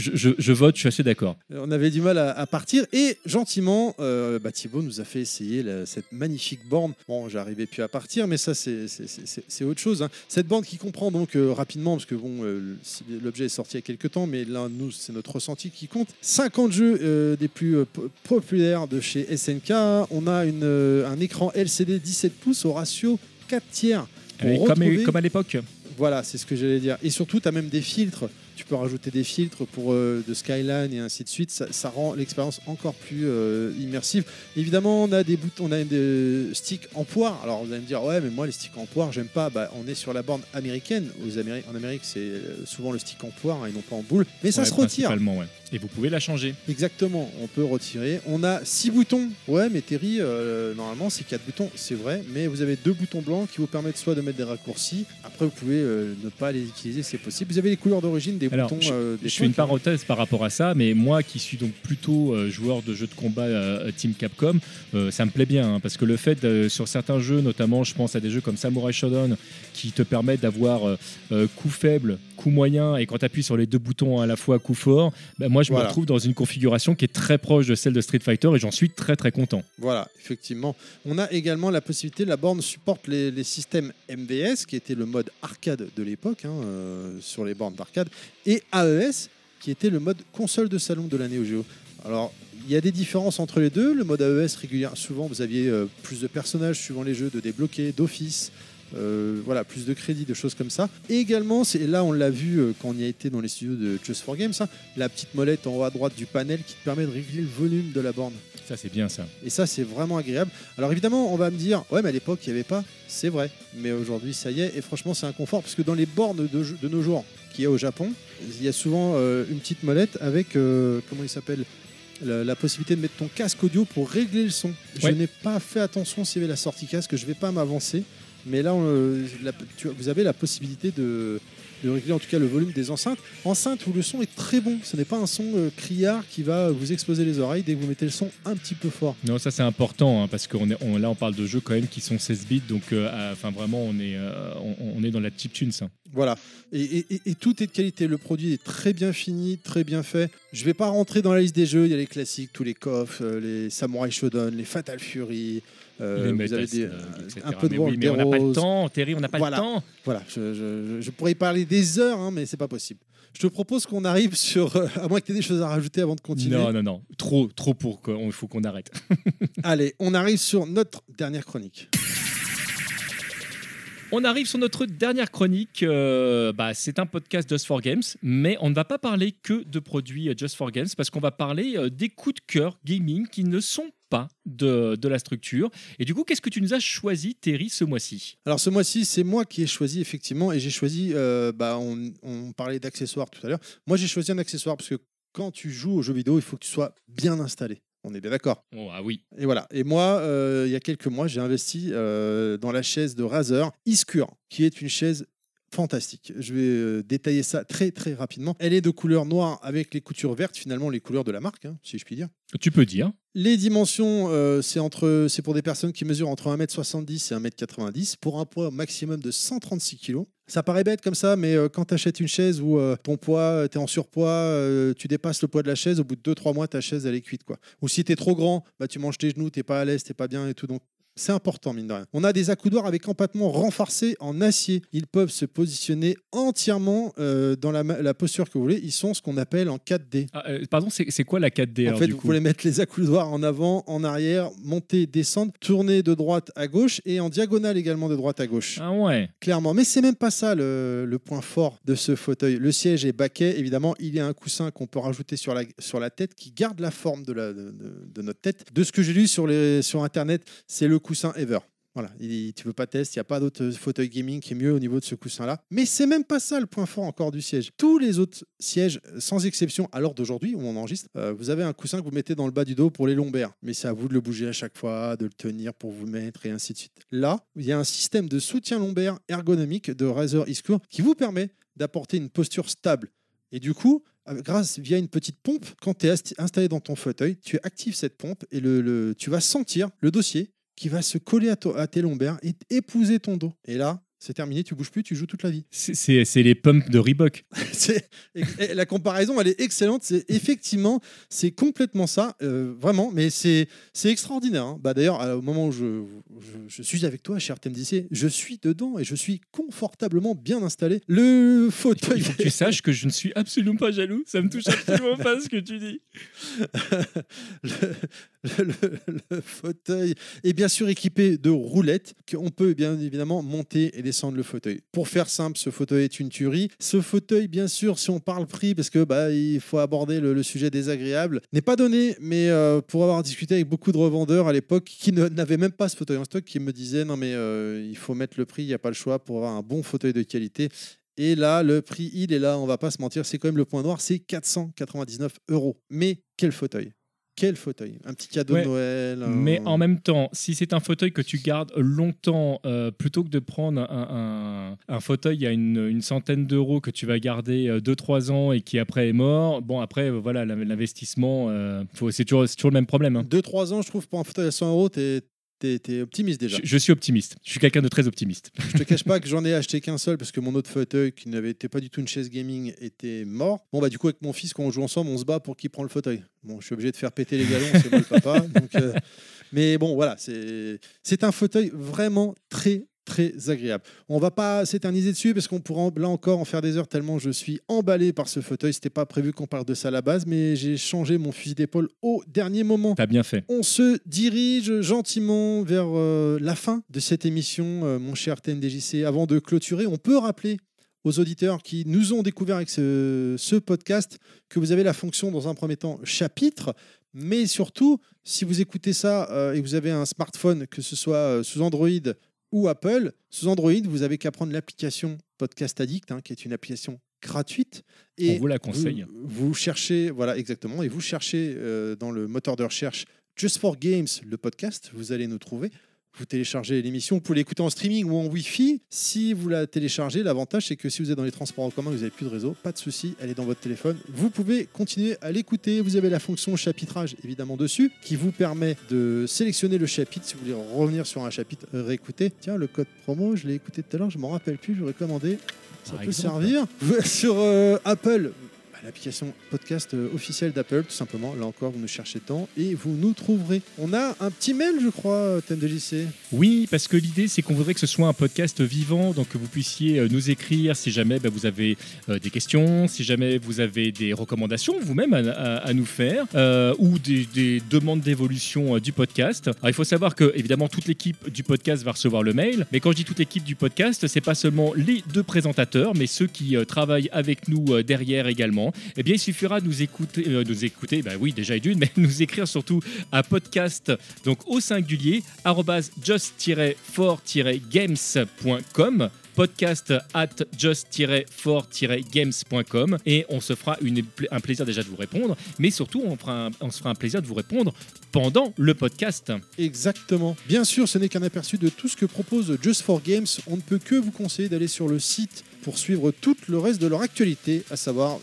Je vote, je suis assez d'accord. On avait du mal à partir et gentiment, Thibaut nous a fait essayer cette magnifique borne. Bon, j'arrivais plus à partir, mais ça c'est autre chose. Hein. Cette borne qui comprend donc rapidement, parce que bon, l'objet est sorti il y a quelques temps, mais là nous c'est notre ressenti qui compte. 50 jeux des plus populaires de chez SNK. On a un écran LCD 17 pouces au ratio 4/3. Comme à l'époque. Voilà, c'est ce que j'allais dire. Et surtout, tu as même des filtres. Tu peux rajouter des filtres pour de Skyline et ainsi de suite. Ça rend l'expérience encore plus immersive. Évidemment, on a des boutons, on a des sticks en poire. Alors vous allez me dire, ouais, mais moi les sticks en poire, j'aime pas. On est sur la borne américaine. En Amérique, c'est souvent le stick en poire et non pas en boule. Mais ça se retire. Ouais. Et vous pouvez la changer. Exactement, on peut retirer. On a 6 boutons. Ouais, mais Terry, normalement, c'est 4 boutons. C'est vrai, mais vous avez 2 boutons blancs qui vous permettent soit de mettre des raccourcis. Après, vous pouvez ne pas les utiliser, c'est possible. Vous avez les couleurs d'origine des boutons. Je fais une parenthèse par rapport à ça, mais moi qui suis donc plutôt joueur de jeux de combat Team Capcom, ça me plaît bien, hein, parce que le fait, sur certains jeux, notamment, je pense à des jeux comme Samurai Shodown, qui te permettent d'avoir coup faible, coup moyen, et quand tu appuies sur les 2 boutons à la fois coup fort, moi je me retrouve dans une configuration qui est très proche de celle de Street Fighter et j'en suis très très content. Voilà, effectivement. On a également la possibilité, la borne supporte les systèmes MVS, qui était le mode arcade de l'époque, hein, sur les bornes d'arcade, et AES, qui était le mode console de salon de la Neo Geo. Alors, il y a des différences entre les deux. Le mode AES, régulièrement, souvent vous aviez plus de personnages suivant les jeux, de débloquer, d'office. Voilà, plus de crédits, de choses comme ça. Et également, là on l'a vu quand on y a été dans les studios de Just for Games, hein, la petite molette en haut à droite du panel qui te permet de régler le volume de la borne. Ça c'est bien ça. Et ça c'est vraiment agréable. Alors évidemment on va me dire, ouais mais à l'époque il n'y avait pas, c'est vrai. Mais aujourd'hui ça y est, et franchement c'est un confort, parce que dans les bornes de nos jours qu'il y a au Japon, il y a souvent une petite molette avec, comment il s'appelle, la possibilité de mettre ton casque audio pour régler le son. Je n'ai pas fait attention s'il y avait la sortie casque, je ne vais pas m'avancer. Mais là, vous avez la possibilité de régler en tout cas le volume des enceintes. Enceintes où le son est très bon. Ce n'est pas un son criard qui va vous exploser les oreilles dès que vous mettez le son un petit peu fort. Non, ça c'est important, hein, parce là on parle de jeux quand même qui sont 16 bits, donc vraiment on est dans la chiptune. Ça. Voilà. Et tout est de qualité. Le produit est très bien fini, très bien fait. Je ne vais pas rentrer dans la liste des jeux. Il y a les classiques, tous les KOF, les Samurai Shodown, les Fatal Fury. Vous avez un peu de World mais on n'a pas le temps, Terry, on n'a pas le temps. Voilà, je pourrais y parler des heures, hein, mais c'est pas possible. Je te propose qu'on arrive sur... à moins que tu aies des choses à rajouter avant de continuer. Non. Trop pour qu'il faut qu'on arrête. Allez, on arrive sur notre dernière chronique. On arrive sur notre dernière chronique. C'est un podcast Just for Games, mais on ne va pas parler que de produits Just for Games, parce qu'on va parler des coups de cœur gaming qui ne sont pas de la structure. Et du coup, qu'est-ce que tu nous as choisi, Terry, ce mois-ci ? Alors ce mois-ci, c'est moi qui ai choisi, effectivement, et j'ai choisi, on parlait d'accessoires tout à l'heure. Moi, j'ai choisi un accessoire, parce que quand tu joues aux jeux vidéo, il faut que tu sois bien installé. On est bien d'accord. Oh, ah oui. Et voilà. Et moi, il y a quelques mois, j'ai investi dans la chaise de Razer Iskure, qui est une chaise fantastique. Je vais détailler ça très très rapidement. Elle est de couleur noire avec les coutures vertes, finalement les couleurs de la marque, si je puis dire. Tu peux dire. Les dimensions, c'est pour des personnes qui mesurent entre 1m70 et 1m90 pour un poids maximum de 136 kg. Ça paraît bête comme ça, mais quand tu achètes une chaise où ton poids, tu es en surpoids, tu dépasses le poids de la chaise, au bout de 2-3 mois, ta chaise, elle est cuite, quoi. Ou si tu es trop grand, tu manges tes genoux, tu n'es pas à l'aise, tu n'es pas bien et tout. Donc, c'est important, mine de rien. On a des accoudoirs avec empattement renforcé en acier. Ils peuvent se positionner entièrement dans la posture que vous voulez. Ils sont ce qu'on appelle en 4D. Pardon, c'est quoi la 4D? En fait, vous pouvez mettre les accoudoirs en avant, en arrière, monter, descendre, tourner de droite à gauche et en diagonale également de droite à gauche. Ah ouais. Clairement. Mais c'est même pas ça le point fort de ce fauteuil. Le siège est baquet. Évidemment, il y a un coussin qu'on peut rajouter sur la tête qui garde la forme de notre tête. De ce que j'ai lu sur Internet, c'est le coussin Ever. Voilà, tu veux pas tester, il n'y a pas d'autre fauteuil gaming qui est mieux au niveau de ce coussin-là. Mais c'est même pas ça le point fort encore du siège. Tous les autres sièges, sans exception, à l'heure d'aujourd'hui où on enregistre, vous avez un coussin que vous mettez dans le bas du dos pour les lombaires. Mais c'est à vous de le bouger à chaque fois, de le tenir pour vous mettre et ainsi de suite. Là, il y a un système de soutien lombaire ergonomique de Razer Iskur qui vous permet d'apporter une posture stable. Et du coup, via une petite pompe, quand tu es installé dans ton fauteuil, tu actives cette pompe et tu vas sentir le dossier qui va se coller à tes lombaires et épouser ton dos. Et là, c'est terminé, tu bouges plus, tu joues toute la vie. C'est les pumps de Reebok. La comparaison, elle est excellente. C'est complètement ça, vraiment. Mais c'est extraordinaire. Hein. D'ailleurs, au moment où je suis avec toi, cher TMDC, je suis dedans et je suis confortablement bien installé. Le fauteuil. Il faut que tu saches que je ne suis absolument pas jaloux. Ça me touche absolument pas ce que tu dis. Le fauteuil est bien sûr équipé de roulettes qu'on peut bien évidemment monter et descendre le fauteuil. Pour faire simple, ce fauteuil est une tuerie. Ce fauteuil, bien sûr, si on parle prix, parce que il faut aborder le sujet désagréable, n'est pas donné, mais pour avoir discuté avec beaucoup de revendeurs à l'époque qui n'avaient même pas ce fauteuil en stock, qui me disaient non mais il faut mettre le prix, il n'y a pas le choix pour avoir un bon fauteuil de qualité. Et là, le prix, il est là, on va pas se mentir, c'est quand même le point noir, c'est 499 €. Mais quel fauteuil! Quel fauteuil, un petit cadeau de Noël. Mais en même temps, si c'est un fauteuil que tu gardes longtemps, plutôt que de prendre un fauteuil à une centaine d'euros que tu vas garder 2-3 ans et qui après est mort, bon après voilà, l'investissement, c'est toujours le même problème. 2-3 ans, je trouve, pour un fauteuil à 100 €, T'es optimiste déjà. Je suis optimiste. Je suis quelqu'un de très optimiste. Je te cache pas que j'en ai acheté qu'un seul parce que mon autre fauteuil, qui n'était pas du tout une chaise gaming, était mort. Bon, du coup, avec mon fils, quand on joue ensemble, on se bat pour qui prend le fauteuil. Bon, je suis obligé de faire péter les galons, c'est moi le papa. Donc, mais bon, voilà, c'est un fauteuil vraiment très agréable. On va pas s'éterniser dessus parce qu'on pourra là encore en faire des heures tellement je suis emballé par ce fauteuil. C'était pas prévu qu'on parle de ça à la base, mais j'ai changé mon fusil d'épaule au dernier moment. T'as bien fait. On se dirige gentiment vers la fin de cette émission, mon cher TMDJC. Avant de clôturer, on peut rappeler aux auditeurs qui nous ont découvert avec ce podcast que vous avez la fonction dans un premier temps chapitre, mais surtout si vous écoutez ça et vous avez un smartphone, que ce soit sous Android ou Apple, sous Android, vous avez qu'à prendre l'application Podcast Addict, qui est une application gratuite. Et on vous la conseille. Vous cherchez, voilà, exactement, et vous cherchez dans le moteur de recherche Just for Games, le podcast, vous allez nous trouver. Vous téléchargez l'émission, vous pouvez l'écouter en streaming ou en Wi-Fi. Si vous la téléchargez, l'avantage c'est que si vous êtes dans les transports en commun, vous n'avez plus de réseau, pas de souci, elle est dans votre téléphone. Vous pouvez continuer à l'écouter. Vous avez la fonction chapitrage évidemment dessus qui vous permet de sélectionner le chapitre. Si vous voulez revenir sur un chapitre, réécouter. Tiens, le code promo, je l'ai écouté tout à l'heure, je ne m'en rappelle plus, j'aurais commandé. Ça peut servir. Sur Apple, l'application podcast officielle d'Apple, tout simplement. Là encore, vous nous cherchez tant et vous nous trouverez. On a un petit mail, je crois, TMDJC. Oui, parce que l'idée, c'est qu'on voudrait que ce soit un podcast vivant, donc que vous puissiez nous écrire si jamais vous avez des questions, si jamais vous avez des recommandations vous-même à nous faire, ou des demandes d'évolution du podcast. Alors, il faut savoir que, évidemment, toute l'équipe du podcast va recevoir le mail, mais quand je dis toute l'équipe du podcast, c'est pas seulement les 2 présentateurs, mais ceux qui travaillent avec nous derrière également. Eh bien, il suffira de nous écouter, oui, déjà et d'une, mais nous écrire surtout à podcast, donc au singulier, @just-for-games.com, podcast@just-for-games.com, et on se fera un plaisir déjà de vous répondre, mais surtout on se fera un plaisir de vous répondre pendant le podcast. Exactement. Bien sûr, ce n'est qu'un aperçu de tout ce que propose Just for Games. On ne peut que vous conseiller d'aller sur le site pour suivre tout le reste de leur actualité, à savoir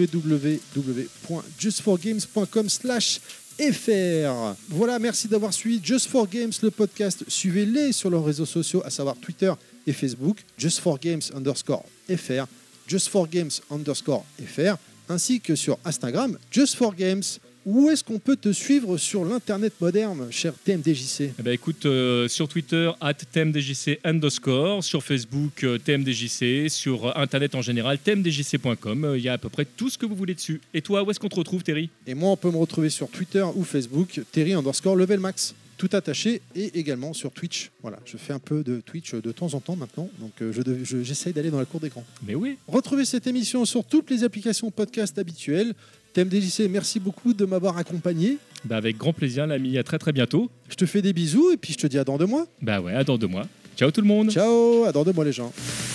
www.justforgames.com/fr. Voilà, merci d'avoir suivi Just for Games, le podcast. Suivez-les sur leurs réseaux sociaux, à savoir Twitter et Facebook, justforgames_fr, justforgames_fr, ainsi que sur Instagram, justforgames. Où est-ce qu'on peut te suivre sur l'internet moderne, cher TMDJC ? Eh ben, écoute, sur Twitter, @tmdjc_, sur Facebook, TMDJC, sur Internet en général, tmdjc.com. Il y a à peu près tout ce que vous voulez dessus. Et toi, où est-ce qu'on te retrouve, Terry ? Et moi, on peut me retrouver sur Twitter ou Facebook, Terry_levelmax, tout attaché, et également sur Twitch. Voilà, je fais un peu de Twitch de temps en temps maintenant, donc j'essaye d'aller dans la cour d'écran. Mais oui. Retrouvez cette émission sur toutes les applications podcast habituelles. TMDJC, merci beaucoup de m'avoir accompagné. Bah avec grand plaisir, l'ami. À très très bientôt. Je te fais des bisous et puis je te dis à dans 2 mois. Bah ouais, à dans 2 mois. Ciao tout le monde. Ciao, à dans 2 mois les gens.